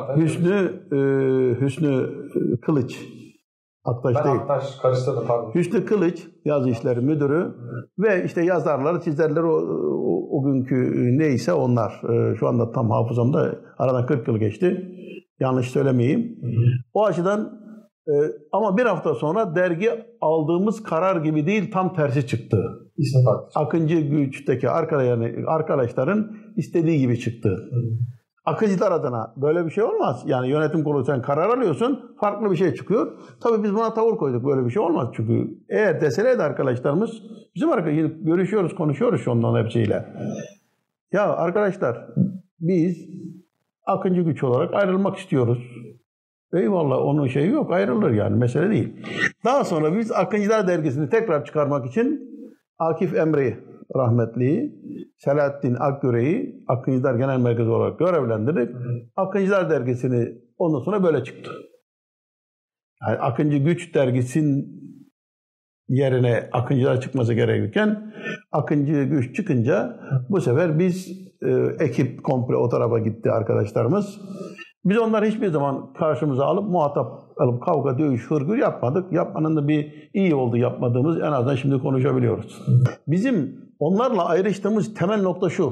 Hüsnü Kılıç. Aktaş değil. Aktaş karıştırdım, pardon. Hüsnü Kılıç yazı işleri müdürü ve işte yazarları, çizerleri o günkü neyse onlar. Şu anda tam hafızamda, aradan 40 yıl geçti. Yanlış söylemeyeyim. O açıdan ama bir hafta sonra dergi aldığımız karar gibi değil, tam tersi çıktı. İsmi farklı. Akıncı Güç'teki arkadaşların istediği gibi çıktı. Akıncılar adına böyle bir şey olmaz. Yani yönetim kurulu, sen karar alıyorsun, farklı bir şey çıkıyor. Tabii biz buna tavır koyduk, böyle bir şey olmaz. Çünkü eğer deselerdi arkadaşlarımız, bizim görüşüyoruz, konuşuyoruz şu ondan hepsiyle. Ya arkadaşlar, biz Akıncı Güç olarak ayrılmak istiyoruz. Eyvallah, onun şeyi yok, ayrılır yani, mesele değil. Daha sonra biz Akıncılar Dergisi'ni tekrar çıkarmak için Akif Emre'yi rahmetliyi, Selahattin Akgöre'yi Akıncılar Genel Merkezi olarak görevlendirdik. Akıncılar Dergisi'ni ondan sonra böyle çıktı. Yani Akıncı Güç Dergisi'nin yerine Akıncılar çıkması gerekirken Akıncı Güç çıkınca bu sefer biz ekip komple o tarafa gitti arkadaşlarımız. Biz onları hiçbir zaman karşımıza alıp muhatap alıp kavga, dövüş, hırgür yapmadık. Yapmanın da bir iyi oldu yapmadığımız, en azından şimdi konuşabiliyoruz. Bizim onlarla ayrıştığımız temel nokta şu.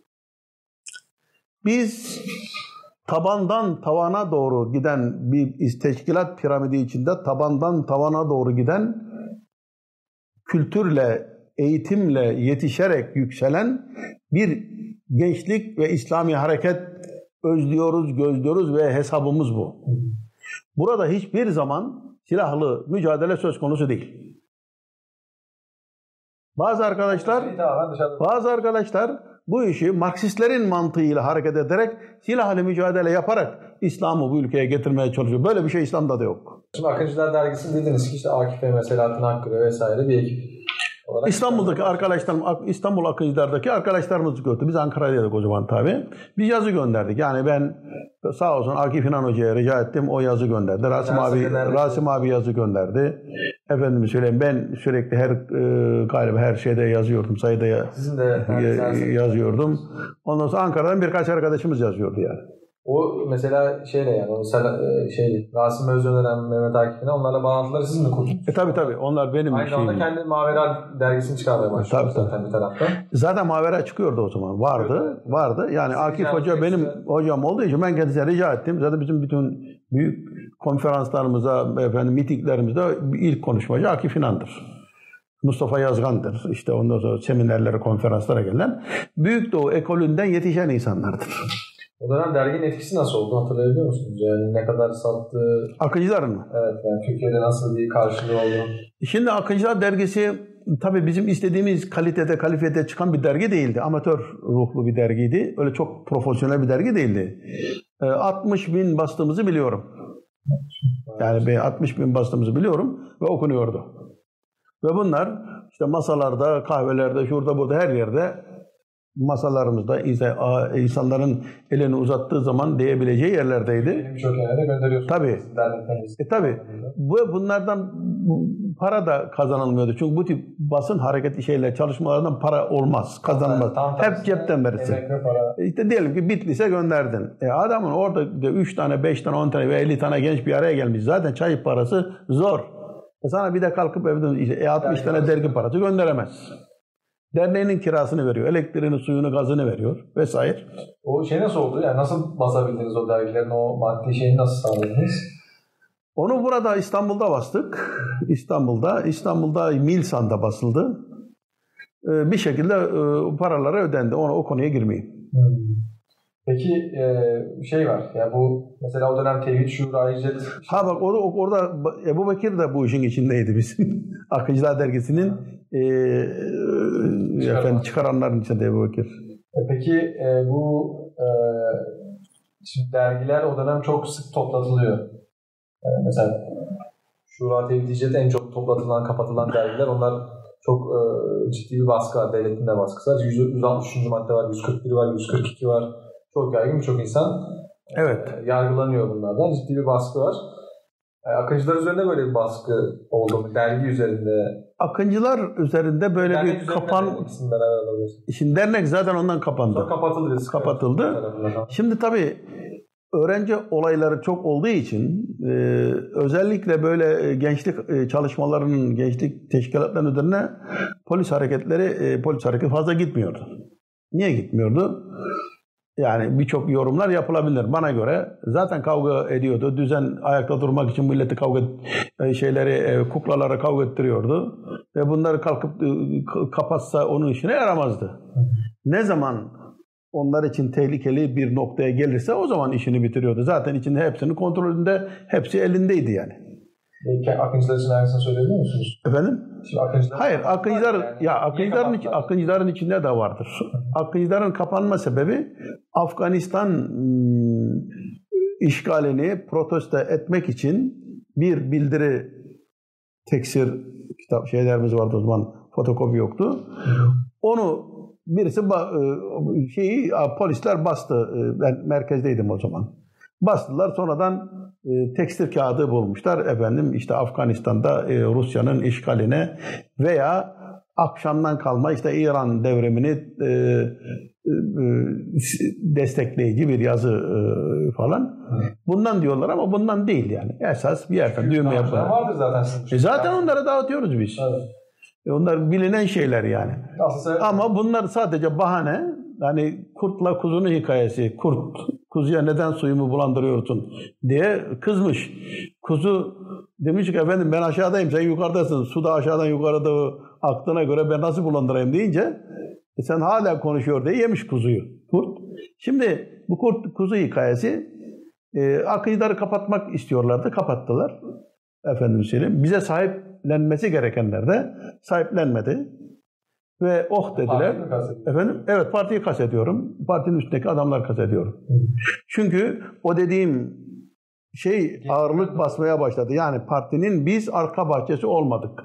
Biz tabandan tavana doğru giden bir teşkilat piramidi içinde tabandan tavana doğru giden, kültürle, eğitimle yetişerek yükselen bir gençlik ve İslami hareket özlüyoruz, gözlüyoruz ve hesabımız bu. Burada hiçbir zaman silahlı mücadele söz konusu değil. Bazı arkadaşlar bu işi Marksistlerin mantığıyla hareket ederek, silahlı mücadele yaparak İslam'ı bu ülkeye getirmeye çalışıyor. Böyle bir şey İslam'da da yok. Şimdi Akıncılar Dergisi dediniz ki işte Akif Bey, Selahattin Akgöre vesaire bir ekip. İstanbul'daki arkadaşlarım, İstanbul Akıncılar'daki arkadaşlarımız gördü. Biz Ankara'daydık o zaman tabii. Bir yazı gönderdik. Yani ben sağ olsun Akif İnan Hoca'ya rica ettim. O yazı gönderdi. Rasim abi yazı gönderdi. Efendim söyleyeyim, ben sürekli galiba her şeyde yazıyordum. Sayıda yazıyordum. Ondan sonra Ankara'dan birkaç arkadaşımız yazıyordu yani. O mesela Rasim Özöner'den Mehmet Akif'ine, onlarla bağlantıları siz mi kurdunuz? Tabii. Onlar benim aynı şeyim. Aynı anda kendi Mavera dergisini çıkarmaya başladı zaten bir tarafta. Zaten Mavera çıkıyordu o zaman. Vardı. Yani siz Akif Hoca benim hocam olduğu için ben kendisine rica ettim. Zaten bizim bütün büyük konferanslarımıza, mitinglerimizde ilk konuşmacı Akif İnan'dır. Mustafa Yazgan'dır. İşte ondan sonra seminerlere, konferanslara gelen Büyük Doğu ekolünden yetişen insanlardır. O dönem derginin etkisi nasıl oldu, hatırlayabiliyor musunuz? Yani ne kadar sattı? Akıncıların mı? Evet, yani Türkiye'de nasıl bir karşılığı oldu? Şimdi Akıncılar Dergisi tabii bizim istediğimiz kalifede çıkan bir dergi değildi. Amatör ruhlu bir dergiydi. Öyle çok profesyonel bir dergi değildi. 60.000 bastığımızı biliyorum. Yani 60.000 bastığımızı biliyorum ve okunuyordu. Ve bunlar işte masalarda, kahvelerde, şurada burada her yerde, masalarımızda insanların elini uzattığı zaman diyebileceği yerlerdeydi. Birçok yere gönderiyorsunuz. Tabii. Tabii. Bunlardan para da kazanılmıyordu. Çünkü bu tip basın hareketi çalışmalardan para olmaz, kazanılmaz. Hep cepten verirsin. İşte diyelim ki Bitlis'e gönderdin. Adamın orada 3 tane, 5 tane, 10 tane ve 50 tane genç bir araya gelmiş. Zaten çay parası zor. Sana bir de kalkıp evden 60 tane dergi parası gönderemez. Derneğinin kirasını veriyor, elektriğini, suyunu, gazını veriyor vesaire. O nasıl oldu? Yani nasıl basabildiniz o dergilerin, o maddi şeyini nasıl sağladınız? Onu burada İstanbul'da bastık. İstanbul'da Milsan'da basıldı. Bir şekilde paraları ödendi. O konuya girmeyeyim. Peki şey var. Ya bu mesela o dönem Tevhid Şuur Ayrıcet. Ha bak orada Ebu Bekir de bu işin içindeydi bizim. Akıncılar Dergisi'nin çıkaranların içinde Ebu Bekir. Peki bu şimdi dergiler o dönem çok sık toplatılıyor. Mesela Şura Tevhid İcret en çok toplatılan, kapatılan dergiler. Onlar çok ciddi bir baskı var. Devletin de baskısı var. 163. madde var, 141 var, 142 var. Çok yaygın, birçok insan yargılanıyor bunlardan. Ciddi bir baskı var. Akıncılar üzerinde böyle bir baskı oldu mu? Dergi üzerinde. Akıncılar üzerinde böyle dernek bir Şimdi dernek zaten ondan kapandı. Sonra kapatıldı. Şimdi tabii öğrenci olayları çok olduğu için özellikle böyle gençlik çalışmalarının, gençlik teşkilatlarının üzerine polis hareketi fazla gitmiyordu. Niye gitmiyordu? Yani birçok yorumlar yapılabilir. Bana göre zaten kavga ediyordu. Düzen ayakta durmak için milleti kuklalara kavga ettiriyordu. Ve bunları kalkıp kapatsa onun işine yaramazdı. Ne zaman onlar için tehlikeli bir noktaya gelirse o zaman işini bitiriyordu. Zaten içinde hepsinin kontrolünde, hepsi elindeydi yani. Akıncılar için aynısını söyleyebiliyor musunuz? Efendim? Hayır, Akıncıların içinde de vardır. Akıncıların kapanma sebebi Afganistan işgalini protesto etmek için bir bildiri teksir şeylerimiz vardı o zaman, fotokopi yoktu. Onu birisi polisler bastı. Ben merkezdeydim o zaman. Bastılar. Sonradan tekstil kağıdı bulmuşlar. Afganistan'da Rusya'nın işgaline veya akşamdan kalma İran devrimini destekleyici bir yazı falan. Bundan diyorlar ama bundan değil yani. Esas bir yerden düğme yapıyorlar. Vardır zaten. Zaten onları dağıtıyoruz biz. Evet. Onlar bilinen şeyler yani. Ama bunlar sadece bahane. Yani kurtla kuzunun hikayesi. Kurt, kuzuya neden suyumu bulandırıyorsun diye kızmış. Kuzu demiş ki efendim ben aşağıdayım, sen yukarıdasın. Su da aşağıdan yukarıda aktığına göre ben nasıl bulandırayım deyince sen hala konuşuyor diye yemiş kuzuyu. Kurt. Şimdi bu kuzu hikayesi Akıncıları kapatmak istiyorlardı. Kapattılar. Efendim söyleyeyim. Bize sahiplenmesi gerekenler de sahiplenmedi. Ve dediler. Efendim? Evet, partiyi kastediyorum. Partinin üstündeki adamlar kastediyorum. Çünkü o dediğim ağırlık basmaya başladı. Yani partinin biz arka bahçesi olmadık.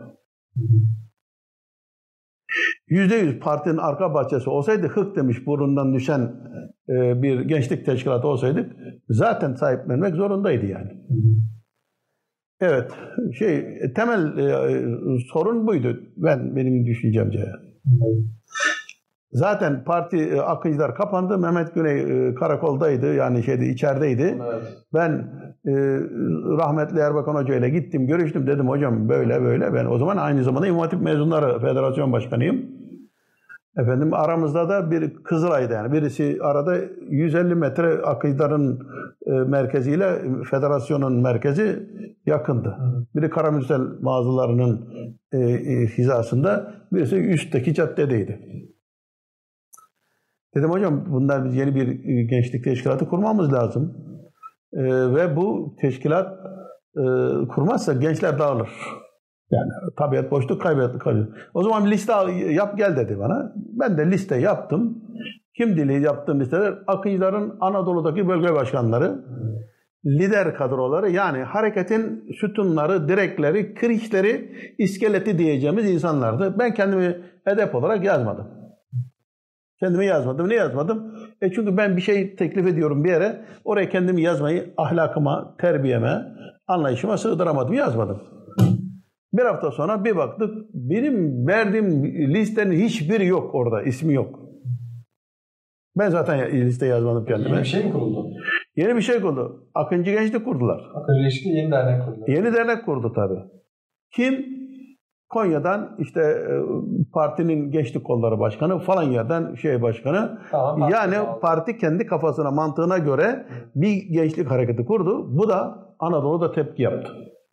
%100 partinin arka bahçesi olsaydı, hık demiş burnundan düşen bir gençlik teşkilatı olsaydık zaten sahiplenmek zorundaydı yani. Evet, temel sorun buydu benim düşüncemce. Zaten parti Akıncılar kapandı. Mehmet Güney karakoldaydı. Yani içerideydi. Evet. Ben rahmetli Erbakan Hoca ile gittim, görüştüm. Dedim hocam böyle. Ben o zaman aynı zamanda İmam Hatip Mezunları Federasyon Başkanıyım. Efendim aramızda da bir Kızılay'da yani birisi arada 150 metre Akıncıların merkeziyle federasyonun merkezi yakındı. Biri Karamürsel mağazalarının hizasında, birisi üstteki caddedeydi. Dedim hocam bunlar biz yeni bir gençlik teşkilatı kurmamız lazım. Ve bu teşkilat kurmazsa gençler dağılır. Yani tabiat boşluk kaybeder. O zaman bir liste yap gel dedi bana. Ben de liste yaptım. Kimdi yaptığım listeler? Akıncıların Anadolu'daki bölge başkanları, lider kadroları, yani hareketin sütunları, direkleri, kirişleri, iskeleti diyeceğimiz insanlardı. Ben kendimi hedef olarak yazmadım. Kendimi yazmadım. Niye yazmadım? Çünkü ben bir şey teklif ediyorum bir yere. Oraya kendimi yazmayı ahlakıma, terbiyeme, anlayışıma sığdıramadım. Yazmadım. Bir hafta sonra bir baktık, benim verdiğim listenin hiçbiri yok orada, ismi yok. Ben zaten liste yazmadım kendime. Yeni bir şey mi kuruldu? Yeni bir şey kuruldu. Akıncı Gençlik kurdular. Akıncı Gençlik yeni dernek kurdu. Yeni dernek kurdu tabii. Kim? Konya'dan partinin gençlik kolları başkanı, falan yerden başkanı. Tamam, yani parti kendi kafasına, mantığına göre bir gençlik hareketi kurdu. Bu da Anadolu'da tepki yaptı.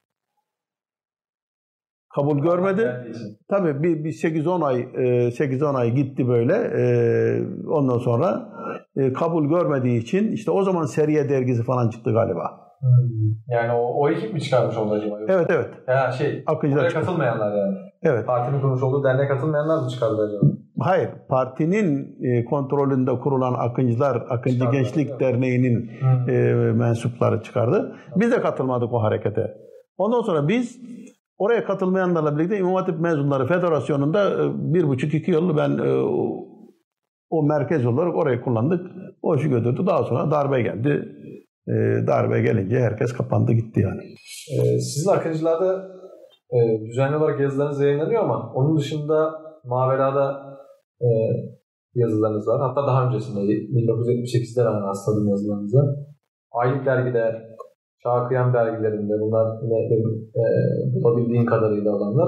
Kabul görmedi. Tabii bir 8-10 ay gitti böyle. Ondan sonra kabul görmediği için işte o zaman Seriye dergisi falan çıktı galiba. Yani o ekip mi çıkarmış oldu acaba? Evet. Yani buraya katılmayanlar yani. Evet. Partinin kurmuş olduğu derneğe katılmayanlar mı çıkardı acaba? Hayır. Partinin kontrolünde kurulan Akıncı çıkardı, Gençlik Derneği'nin mensupları çıkardı. Biz de katılmadık o harekete. Ondan sonra biz oraya katılmayanlarla birlikte İmam Hatip Mezunları Federasyonu'nda 1,5-2 yıl ben o merkez olarak orayı kullandık. O işi götürdü. Daha sonra darbe geldi. Darbe gelince herkes kapandı gitti yani. Sizin Akıncılar'da düzenli olarak yazılarınız yayınlanıyor ama onun dışında Mavera'da yazılarınız var. Hatta daha öncesinde 1978'de ben rastladım yazılarınıza. Aylık dergide, Çağ Kıyam dergilerinde bunlar yine bulabildiğin kadarıyla olanlar.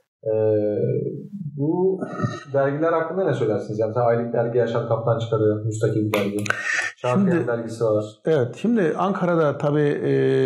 Bu dergiler hakkında ne söylersiniz? Yani aylık dergi Yaşar Kaptan çıkarıyor, müstakil bir dergi. Çağ Kıyam dergisi var. Evet, şimdi Ankara'da tabii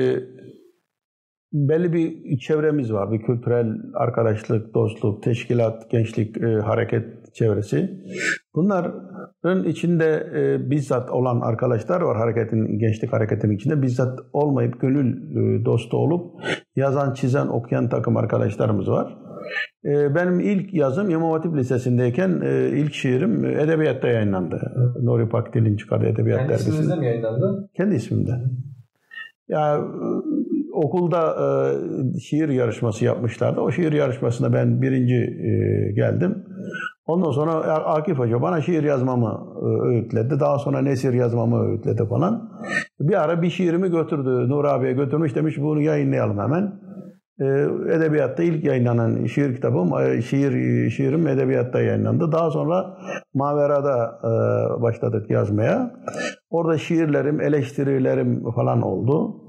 belli bir çevremiz var. Bir kültürel arkadaşlık, dostluk, teşkilat, gençlik, hareket çevresi. Bunların içinde bizzat olan arkadaşlar var gençlik hareketinin içinde. Bizzat olmayıp gönül dostu olup yazan, çizen, okuyan takım arkadaşlarımız var. Benim ilk yazım İmam Hatip Lisesi'ndeyken ilk şiirim Edebiyat'ta yayınlandı. Nuri Pakdil'in çıkardığı Edebiyat dergisinde. Kendi isminizde mi yayınlandı? Kendi ismimde. Ya okulda şiir yarışması yapmışlardı. O şiir yarışmasında ben birinci geldim. Ondan sonra Akif Hoca bana şiir yazmamı öğütledi. Daha sonra nesir yazmamı öğütledi falan. Bir ara bir şiirimi götürdü. Nur abiye götürmüş, demiş bunu yayınlayalım hemen. Edebiyatta ilk yayınlanan şiir kitabım, şiirim Edebiyat'ta yayınlandı. Daha sonra Mavera'da başladık yazmaya. Orada şiirlerim, eleştirilerim falan oldu.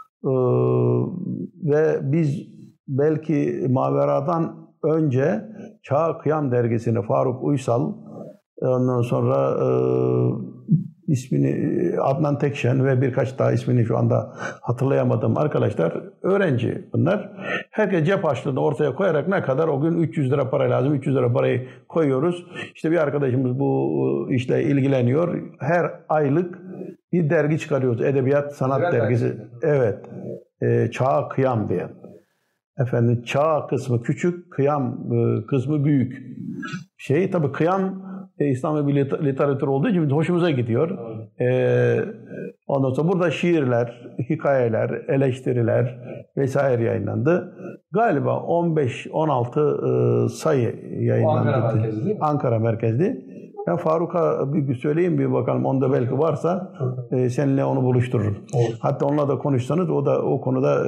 Ve biz belki Mavera'dan önce Çağ Kıyam dergisini Faruk Uysal, ondan sonra ismini Adnan Tekşen ve birkaç daha ismini şu anda hatırlayamadığım arkadaşlar, öğrenci bunlar. Herkes cep harçlığını ortaya koyarak ne kadar o gün 300 lira para lazım, 300 lira parayı koyuyoruz. İşte bir arkadaşımız bu işle ilgileniyor. Her aylık bir dergi çıkarıyoruz. Edebiyat Sanat Dergisi. Evet. Çağ Kıyam diye. Efendim çağ kısmı küçük, kıyam kısmı büyük. Tabii kıyam İslami bir literatür olduğu için hoşumuza gidiyor. Ondan sonra burada şiirler, hikayeler, eleştiriler vesaire yayınlandı. Galiba 15-16 sayı yayınlandı. Ankara merkezli değil mi? Ankara merkezli. Ben Faruk'a bir söyleyeyim bir bakalım. Onda belki varsa seninle onu buluştururum. Olur. Hatta onunla da konuşsanız o da o konuda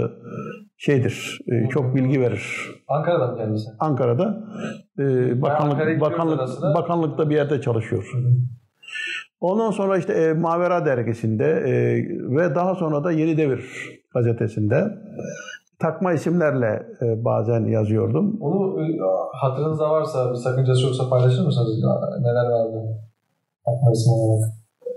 çok bilgi verir. Ankara'da mı kendisi? Ankara'da bakanlıkta bir yerde çalışıyor. Ondan sonra işte Mavera dergisinde ve daha sonra da Yeni Devir gazetesinde takma isimlerle bazen yazıyordum. Onu hatırınızda varsa, bir sakıncası yoksa paylaşır mısınız? Neler vardı takma isim olarak?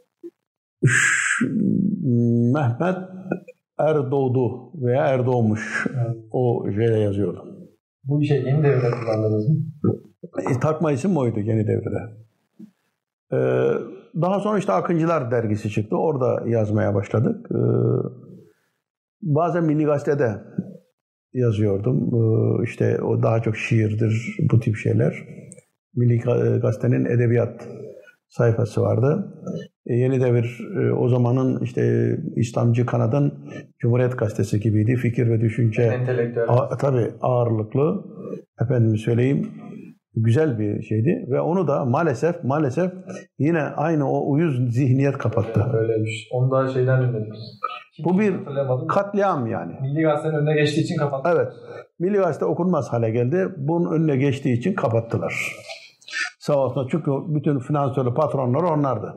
Mehmet Erdoğdu veya Erdoğmuş. O şeyle yazıyordum. Bu Yeni Devir'de kullandınız mı? Takma isim oydu Yeni Devir'de. Daha sonra işte Akıncılar dergisi çıktı. Orada yazmaya başladık. Bazen Milli Gazete'de yazıyordum. İşte o daha çok şiirdir, bu tip şeyler. Milli Gazete'nin edebiyat sayfası vardı. Yeni Devir o zamanın işte İslamcı kanadın Cumhuriyet Gazetesi gibiydi. Fikir ve düşünce entelektüel. Tabii ağırlıklı. Efendim söyleyeyim, güzel bir şeydi ve onu da maalesef yine aynı o uyuz zihniyet kapattı. Öyleymiş. Onu da şeyden dinledim. Bu bir katliam yani. Milli Gazete'nin önüne geçtiği için kapattı. Evet. Milli Gazete okunmaz hale geldi. Bunun önüne geçtiği için kapattılar. Sağ olsun. Çünkü bütün finansörü patronları onlardı.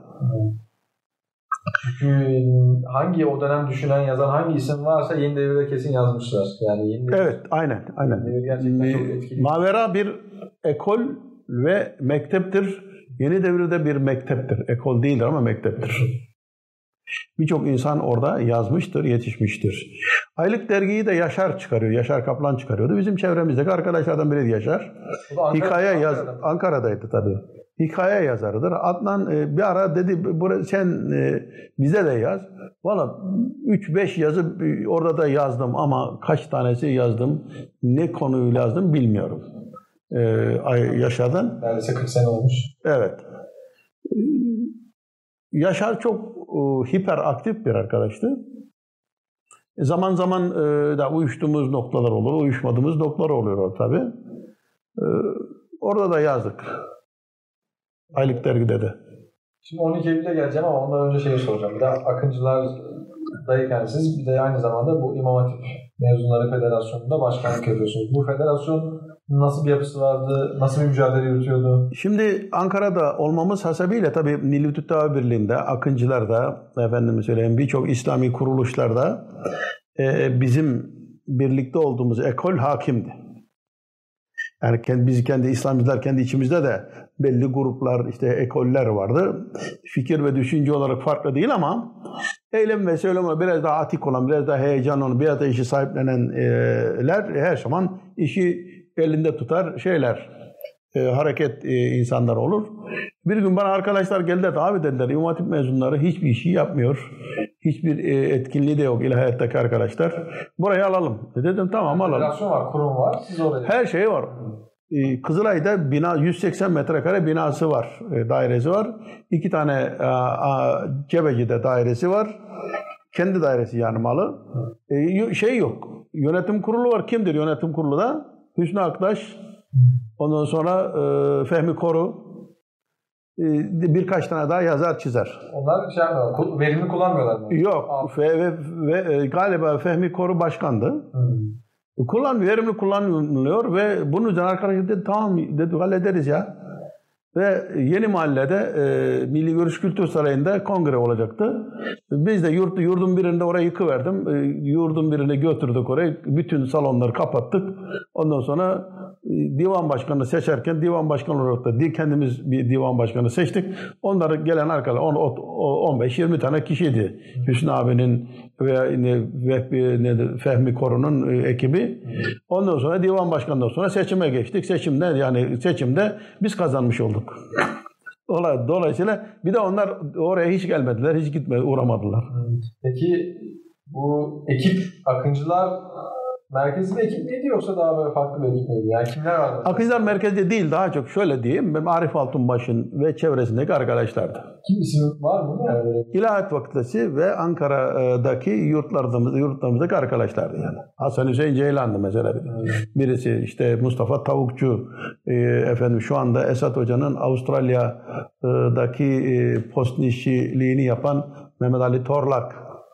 Çünkü hangi o dönem düşünen, yazan hangi isim varsa Yeni Devir'de kesin yazmışlar. Yani Yeni Devir, evet, aynen. Yeni Devir gerçekten çok etkili. Mavera bir ekol ve mekteptir. Yeni Devir'de bir mekteptir. Ekol değildir ama mekteptir. Birçok insan orada yazmıştır, yetişmiştir. Aylık dergiyi de Yaşar çıkarıyor. Yaşar Kaplan çıkarıyordu. Bizim çevremizdeki arkadaşlardan biri Yaşar. Ankara'daydı tabii. Hikaye yazarıdır. Adnan bir ara dedi sen bize de yaz. Valla 3-5 yazı orada da yazdım ama kaç tanesi yazdım, ne konuyu yazdım bilmiyorum. Yaşar'dan. Neredeyse 40 sene olmuş. Evet. Yaşar çok hiperaktif bir arkadaştı. Zaman zaman da uyuştuğumuz noktalar olur, uyuşmadığımız noktalar oluyor tabii. Orada da yazdık. Aylık dergide de. Şimdi 12 Eylül'e geleceğim ama ondan önce şeyi soracağım. Bir de Akıncılar'dayken siz bir de aynı zamanda bu İmam Hatip Mezunları Federasyonu'nda başkanlık yapıyorsunuz. Bu federasyon nasıl bir yapısı vardı? Nasıl bir mücadele yürütüyordu? Şimdi Ankara'da olmamız hasebiyle tabii Milli Türk Birliği'nde, Akıncılar'da, birçok İslami kuruluşlarda bizim birlikte olduğumuz ekol hakimdi. Yani biz kendi İslamcılar kendi içimizde de belli gruplar, ekoller vardı. Fikir ve düşünce olarak farklı değil ama eylem ve söyleme biraz daha atik olan, biraz daha heyecanlı olan, biraz da işi sahiplenenler her zaman işi elinde tutar hareket insanlar olur. Bir gün bana arkadaşlar geldiler, abi dediler, İmam Hatip mezunları hiçbir işi yapmıyor. Hiçbir etkinliği de yok ilahiyattaki arkadaşlar. Burayı alalım. Dedim tamam alalım. Federasyon var, kurum var. Siz oraya. Her şey var. Kızılay'da bina 180 metrekare binası var, dairesi var. 2 tane Cebeci'de dairesi var. Kendi dairesi yani malı. Yok. Yönetim kurulu var. Kimdir yönetim kurulu da? Hüsnü Aktaş. Ondan sonra Fehmi Koru. Birkaç tane daha yazar çizer. Onlar verimli kullanmıyorlar mı? Yok. Ve galiba Fehmi Koru başkandı. Verimli kullanılıyor ve bunun üzerine arkadaşlar dedi tamam dedi hallederiz ya. Ve Yeni Mahalle'de Milli Görüş Kültür Sarayı'nda kongre olacaktı. Biz de yurdun birinde orayı yıkıverdim. Yurdun birine götürdük orayı. Bütün salonları kapattık. Ondan sonra divan başkanını seçerken divan başkanı olarak da kendimiz bir divan başkanı seçtik. Onları gelen arkadaşlar 15-20 tane kişiydi. Hüsnü abinin ve Fehmi Koru'nun ekibi. Ondan sonra divan başkanından sonra seçime geçtik. Seçimde biz kazanmış olduk. Dolayısıyla bir de onlar oraya hiç gelmediler, hiç uğramadılar. Peki bu ekip Akıncılar merkezi bir ekip miydi yoksa daha böyle farklı bir ekip miydi? Yani kimler vardı? Akıncılar merkezde değil, daha çok şöyle diyeyim, benim Arif Altunbaş'ın ve çevresindeki arkadaşlardı. Kim isim var mı? Yani? İlahiyat Fakültesi ve Ankara'daki yurtlarımızdaki arkadaşlardı yani. Hasan Hüseyin Ceylan'dı mesela. Birisi Mustafa Tavukçu, şu anda Esat Hoca'nın Avustralya'daki postnişçiliğini yapan Mehmet Ali Torlak.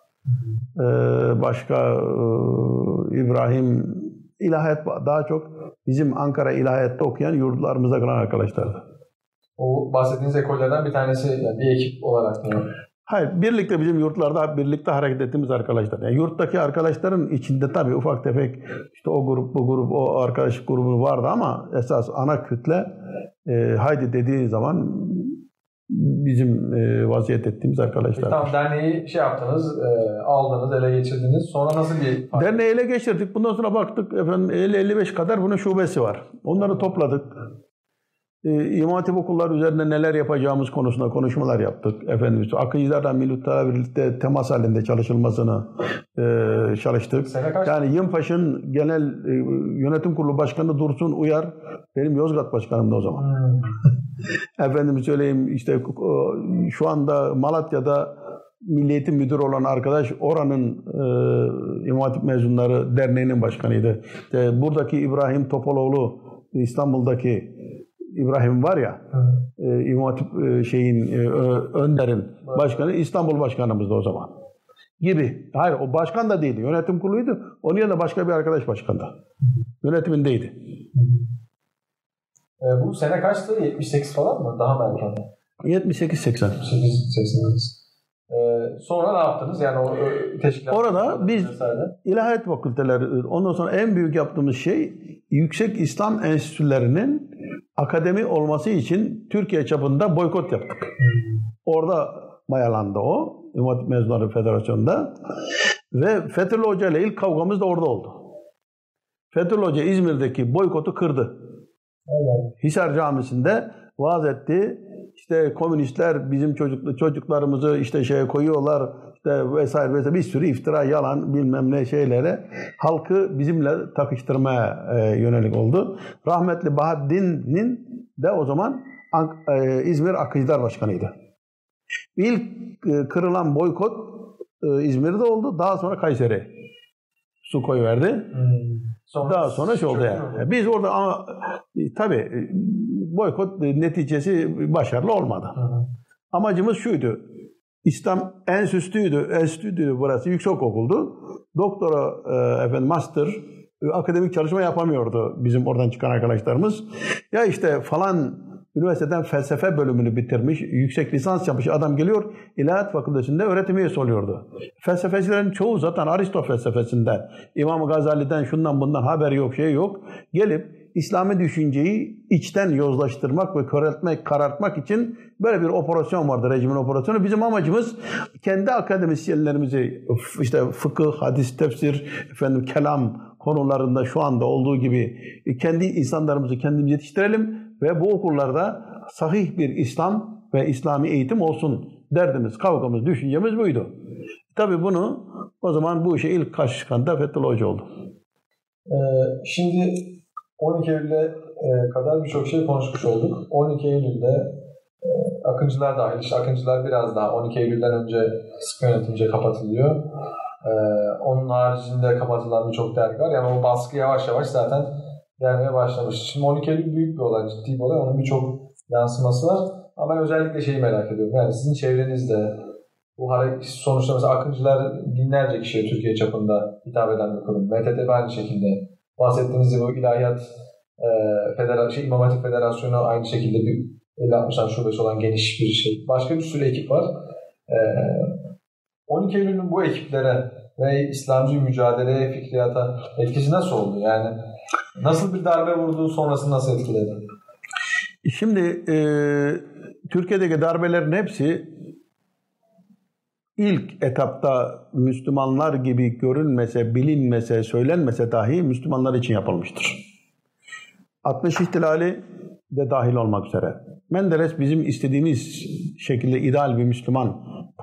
Başka İbrahim, ilahiyat daha çok bizim Ankara ilahiyatta okuyan yurtlarımıza kalan arkadaşlardı. O bahsettiğiniz ekollerden bir tanesi yani bir ekip olarak mı? Hayır, birlikte bizim yurtlarda birlikte hareket ettiğimiz arkadaşlar. Yani yurttaki arkadaşların içinde tabii ufak tefek o grup, bu grup, o arkadaş grubu vardı ama esas ana kütle haydi dediği zaman bizim vaziyet ettiğimiz arkadaşlar. Tamam, derneği yaptınız, aldınız, ele geçirdiniz. Sonra nasıl bir... Derneği ele geçirdik. Bundan sonra baktık 50-55 kadar bunun şubesi var. Onları topladık. İmam Hatip okulları üzerinde neler yapacağımız konusunda konuşmalar yaptık. Akıncılarla Milli Türk Birlikte temas halinde çalışılmasını çalıştık. Yani Yımpaş'ın genel yönetim kurulu başkanı Dursun Uyar benim Yozgat başkanımdı o zaman. Şu anda Malatya'da Milli Eğitim Müdürü olan arkadaş oranın İmam Hatip Mezunları Derneği'nin başkanıydı. Buradaki İbrahim Topaloğlu, İstanbul'daki İbrahim var ya, İmam Hatip Önder'in başkanı, İstanbul başkanımızdı o zaman. Gibi. Hayır, o başkan da değildi. Yönetim kuruluydu. Onun yanında başka bir arkadaş başkandı. Yönetimindeydi. Bu sene kaçtı? 78 falan mı? Daha mı erken? 78-80. Sonra ne yaptınız? Yani o teşkilat... Orada biz ilahiyat fakülteleri, ondan sonra en büyük yaptığımız şey Yüksek İslam Enstitülerinin akademi olması için Türkiye çapında boykot yaptık. Orada mayalandı o. İmam Hatip Mezunları Federasyonu'nda. Ve Fethullah Hoca ile ilk kavgamız da orada oldu. Fethullah Hoca İzmir'deki boykotu kırdı. Hisar Camisi'nde vaaz etti. İşte komünistler bizim çocuklarımızı işte şeye koyuyorlar, işte vesaire vesaire, bir sürü iftira, yalan, bilmem ne şeylere halkı bizimle takıştırmaya yönelik oldu. Rahmetli Bahattin'in de o zaman İzmir Akıncılar Başkanı'ydı. İlk kırılan boykot İzmir'de oldu. Daha sonra Kayseri su koyuverdi. Daha sonra şey oldu yani. Biz orada ama tabii boykot neticesi başarılı olmadı. Amacımız şuydu. İslam enstitüydü burası, yüksekokuldu. Doktora, master, akademik çalışma yapamıyordu bizim oradan çıkan arkadaşlarımız. Ya işte falan üniversiteden felsefe bölümünü bitirmiş, yüksek lisans yapmış adam geliyor, İlahiyat Fakültesi'nde öğretim üyesi oluyordu. Felsefecilerin çoğu zaten Aristo felsefesinden, İmam Gazali'den, şundan bundan haberi yok, şey yok. Gelip İslami düşünceyi içten yozlaştırmak ve köreltmek, karartmak için böyle bir operasyon vardı, rejimin operasyonu. Bizim amacımız kendi akademisyenlerimizi işte fıkıh, hadis, tefsir, kelam konularında şu anda olduğu gibi kendi insanlarımızı kendimiz yetiştirelim ve bu okullarda sahih bir İslam ve İslami eğitim olsun derdimiz, kavgamız, düşüncemiz buydu. Tabii bunu o zaman bu işe ilk karşı çıkan da Fethullah Hoca oldu. Şimdi 12 Eylül'e kadar birçok şey konuşmuş olduk. 12 Eylül'de Akıncılar dahil, işte Akıncılar biraz daha 12 Eylül'den önce sıkı yönetimce kapatılıyor. Onun haricinde kapatılan birçok dergi var. Yani o baskı yavaş yavaş zaten gelmeye başlamış. Şimdi 12 Eylül büyük bir olay, ciddi bir olay. Onun birçok yansıması var. Ama ben özellikle şeyi merak ediyorum. Yani sizin çevrenizde bu sonuçta mesela Akıncılar binlerce kişiye Türkiye çapında hitap eden bir kurum. MTTB aynı şekilde. Bahsettiğiniz gibi bu ilahiyat İmam Hatip Federasyonu aynı şekilde bir 50-60 tane şubesi olan geniş bir şey. Başka bir sürü ekip var. 12 Eylül'ün bu ekiplere ve İslamcı mücadeleye, fikriyata etkisi nasıl oldu? Yani nasıl bir darbe vurdu, sonrasını nasıl etkiledi? Şimdi Türkiye'deki darbelerin hepsi ilk etapta Müslümanlar gibi görünmese, bilinmese, söylenmese dahi Müslümanlar için yapılmıştır. 60 ihtilali de dahil olmak üzere. Menderes bizim istediğimiz şekilde ideal bir Müslüman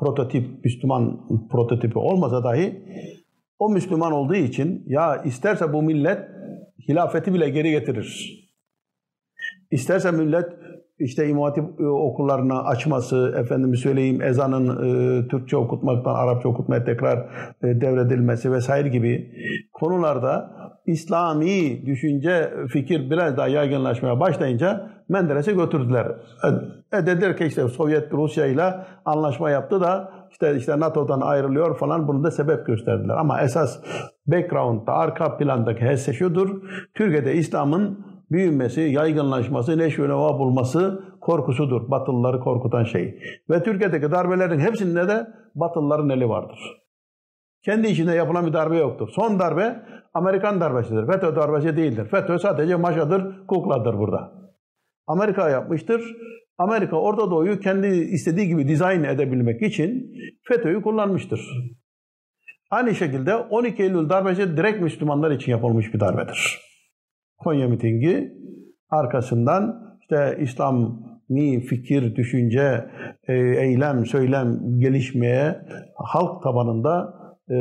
prototipi olmasa dahi o Müslüman olduğu için ya isterse bu millet hilafeti bile geri getirir. İsterse millet işte İmam Hatip okullarını açması, efendime söyleyeyim ezanın Türkçe okutmaktan Arapça okutmaya tekrar devredilmesi vesaire gibi konularda İslami düşünce, fikir biraz daha yaygınlaşmaya başlayınca Menderes'e götürdüler. Dediler ki işte Sovyet Rusya ile anlaşma yaptı da işte NATO'dan ayrılıyor falan, bunu da sebep gösterdiler. Ama esas background'da, arka plandaki hesse şudur: Türkiye'de İslam'ın büyümesi, yaygınlaşması, neşve neva bulması korkusudur. Batılıları korkutan şey. Ve Türkiye'deki darbelerin hepsinde de Batılıların eli vardır. Kendi içinde yapılan bir darbe yoktur. Son darbe Amerikan darbesidir. FETÖ darbesi değildir. FETÖ sadece maşadır, kukladır burada. Amerika yapmıştır. Amerika Orta Doğu'yu kendi istediği gibi dizayn edebilmek için FETÖ'yü kullanmıştır. Aynı şekilde 12 Eylül darbesi direkt Müslümanlar için yapılmış bir darbedir. Konya mitingi arkasından işte İslami fikir, düşünce, eylem, söylem gelişmeye, halk tabanında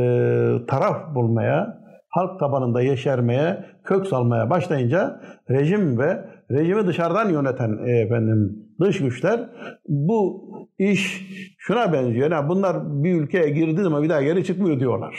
taraf bulmaya, halk tabanında yeşermeye, kök salmaya başlayınca rejim ve rejimi dışarıdan yöneten dış güçler bu iş şuna benziyor. Yani bunlar bir ülkeye girdiği zaman bir daha geri çıkmıyor diyorlar.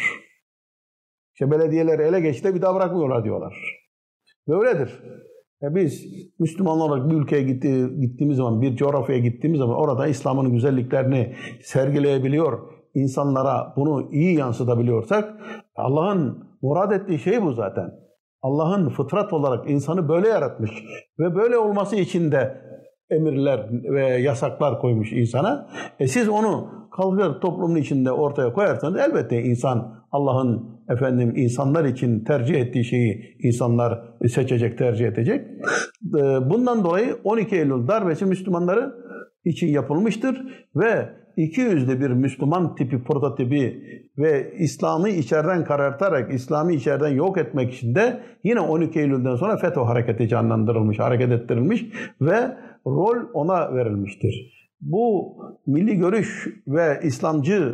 İşte belediyeleri ele geçti, bir daha bırakmıyorlar diyorlar. Böyledir. Biz Müslüman olarak bir ülkeye gittiğimiz zaman, bir coğrafyaya gittiğimiz zaman orada İslam'ın güzelliklerini sergileyebiliyor, insanlara bunu iyi yansıtabiliyorsak, Allah'ın murad ettiği şey bu zaten. Allah'ın fıtrat olarak insanı böyle yaratmış ve böyle olması için de emirler ve yasaklar koymuş insana. Siz onu kalkıp toplumun içinde ortaya koyarsanız elbette insan Allah'ın insanlar için tercih ettiği şeyi insanlar seçecek, tercih edecek. Bundan dolayı 12 Eylül darbesi Müslümanları için yapılmıştır ve 200'lü bir Müslüman tipi prototipi ve İslam'ı içeriden karartarak, İslam'ı içeriden yok etmek için de yine 12 Eylül'den sonra FETÖ hareketi canlandırılmış, hareket ettirilmiş ve rol ona verilmiştir. Bu milli görüş ve İslamcı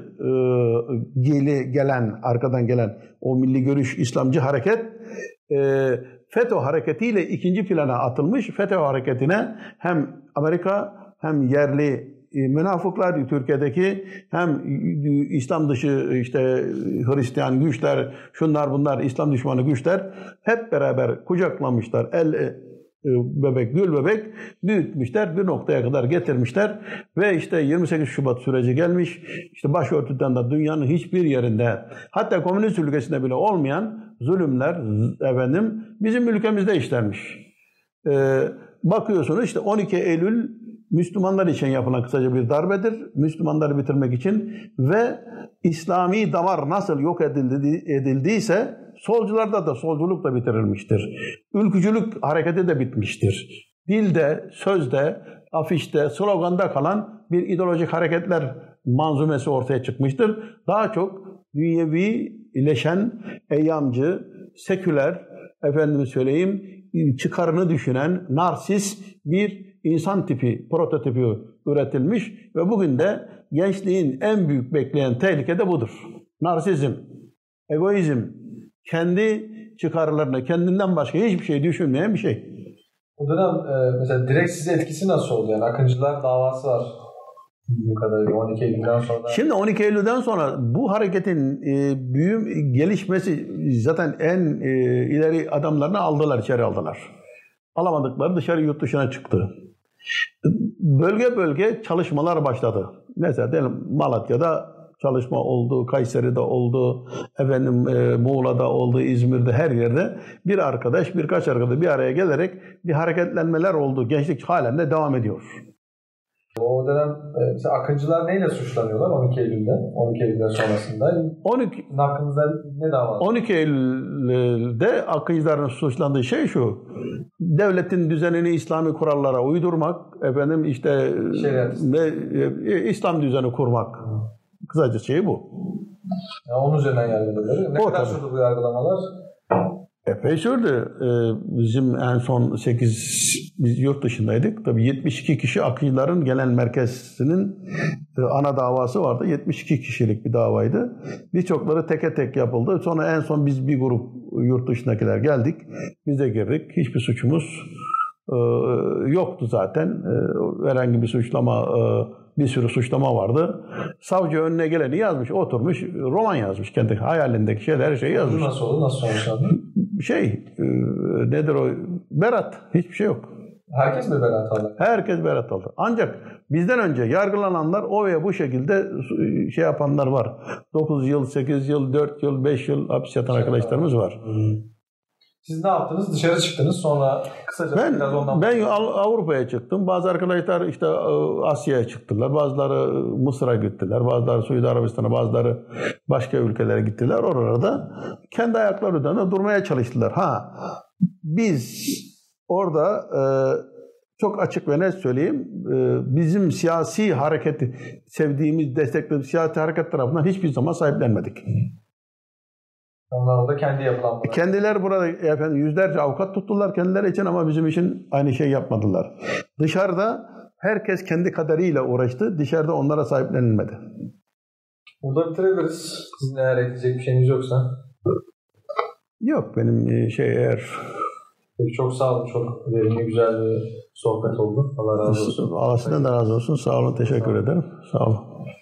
arkadan gelen o milli görüş İslamcı hareket FETÖ hareketiyle ikinci plana atılmış. FETÖ hareketine hem Amerika hem yerli münafıklar Türkiye'deki hem İslam dışı işte Hristiyan güçler, şunlar bunlar İslam düşmanı güçler hep beraber kucaklamışlar. Bebek, gül bebek büyütmüşler, bir noktaya kadar getirmişler ve işte 28 Şubat süreci gelmiş. İşte başörtüden de dünyanın hiçbir yerinde, hatta komünist ülkesinde bile olmayan zulümler bizim ülkemizde işlenmiş. Bakıyorsunuz işte 12 Eylül Müslümanlar için yapılan kısaca bir darbedir. Müslümanları bitirmek için ve İslami damar nasıl yok edildiyse solcularda da solculuk da bitirilmiştir. Ülkücülük hareketi de bitmiştir. Dilde, sözde, afişte, sloganda kalan bir ideolojik hareketler manzumesi ortaya çıkmıştır. Daha çok dünyevileşen, eyyamcı, seküler, çıkarını düşünen, narsist bir insan tipi, prototipi üretilmiş ve bugün de gençliğin en büyük bekleyen tehlike de budur. Narsizm, egoizm, kendi çıkarlarına, kendinden başka hiçbir şey düşünmeyen bir şey. O dönem mesela direkt size etkisi nasıl oldu? Yani Akıncılar davası var. Bu kadar 12 Eylül'den sonra. Şimdi 12 Eylül'den sonra bu hareketin gelişmesi zaten en ileri adamlarını içeri aldılar. Alamadıkları dışarı yurt dışına çıktı. Bölge bölge çalışmalar başladı. Mesela diyelim Malatya'da çalışma oldu, Kayseri'de oldu, Muğla'da oldu, İzmir'de, her yerde birkaç arkadaş bir araya gelerek bir hareketlenmeler oldu. Gençlik halen de devam ediyor. O dönem mesela Akıncılar neyle suçlanıyorlar 12 Eylül'de? 12 Eylül'den sonrasında. Hakkınızda ne davası? 12 Eylül'de Akıncıların suçlandığı şey şu. Devletin düzenini İslami kurallara uydurmak, İslam düzeni kurmak. Kısaca şey bu. Ya onun üzerinden yargıladılar. Ne kadar sürdü bu yargılamalar? Epey sürdü. Bizim en son biz yurt dışındaydık. Tabii 72 kişi Akıncıların Genel Merkezi'nin ana davası vardı. 72 kişilik bir davaydı. Birçokları teke tek yapıldı. Sonra en son biz bir grup yurt dışındakiler geldik. Biz de girdik. Hiçbir suçumuz yoktu zaten. Herhangi bir bir sürü suçlama vardı. Savcı önüne geleni yazmış, oturmuş, roman yazmış. Kendi hayalindeki şeyler, her şeyi yazmış. Nasıl oldu? Nasıl sonuçlandı? Nedir o? Berat. Hiçbir şey yok. Herkes mi berat aldı? Herkes berat aldı. Ancak bizden önce yargılananlar o veya bu şekilde yapanlar var. 9 yıl, 8 yıl, 4 yıl, 5 yıl hapis yatan arkadaşlarımız var. Siz ne yaptınız? Dışarı çıktınız. Sonra kısaca biraz ondan Ben Avrupa'ya çıktım. Bazı arkadaşlar işte Asya'ya çıktılar. Bazıları Mısır'a gittiler. Bazıları Suudi Arabistan'a, bazıları başka ülkelere gittiler. Orada kendi ayakları üzerinde durmaya çalıştılar. Biz orada çok açık ve net söyleyeyim. Bizim siyasi hareketi sevdiğimiz, desteklediğimiz siyasi hareket tarafından hiçbir zaman sahiplenmedik. Onlar orada kendi yapılanmaları. Kendileri burada yüzlerce avukat tuttular kendileri için ama bizim için aynı şey yapmadılar. Dışarıda herkes kendi kaderiyle uğraştı. Dışarıda onlara sahiplenilmedi. Burada bitirebiliriz. Sizin eğer ekleyecek bir şeyiniz yoksa. Yok benim eğer... Çok sağ olun. Çok verimli, güzel bir sohbet oldu. Allah razı olsun. Allah sizden de razı olsun. Sağ olun. Teşekkür ederim. Sağ olun.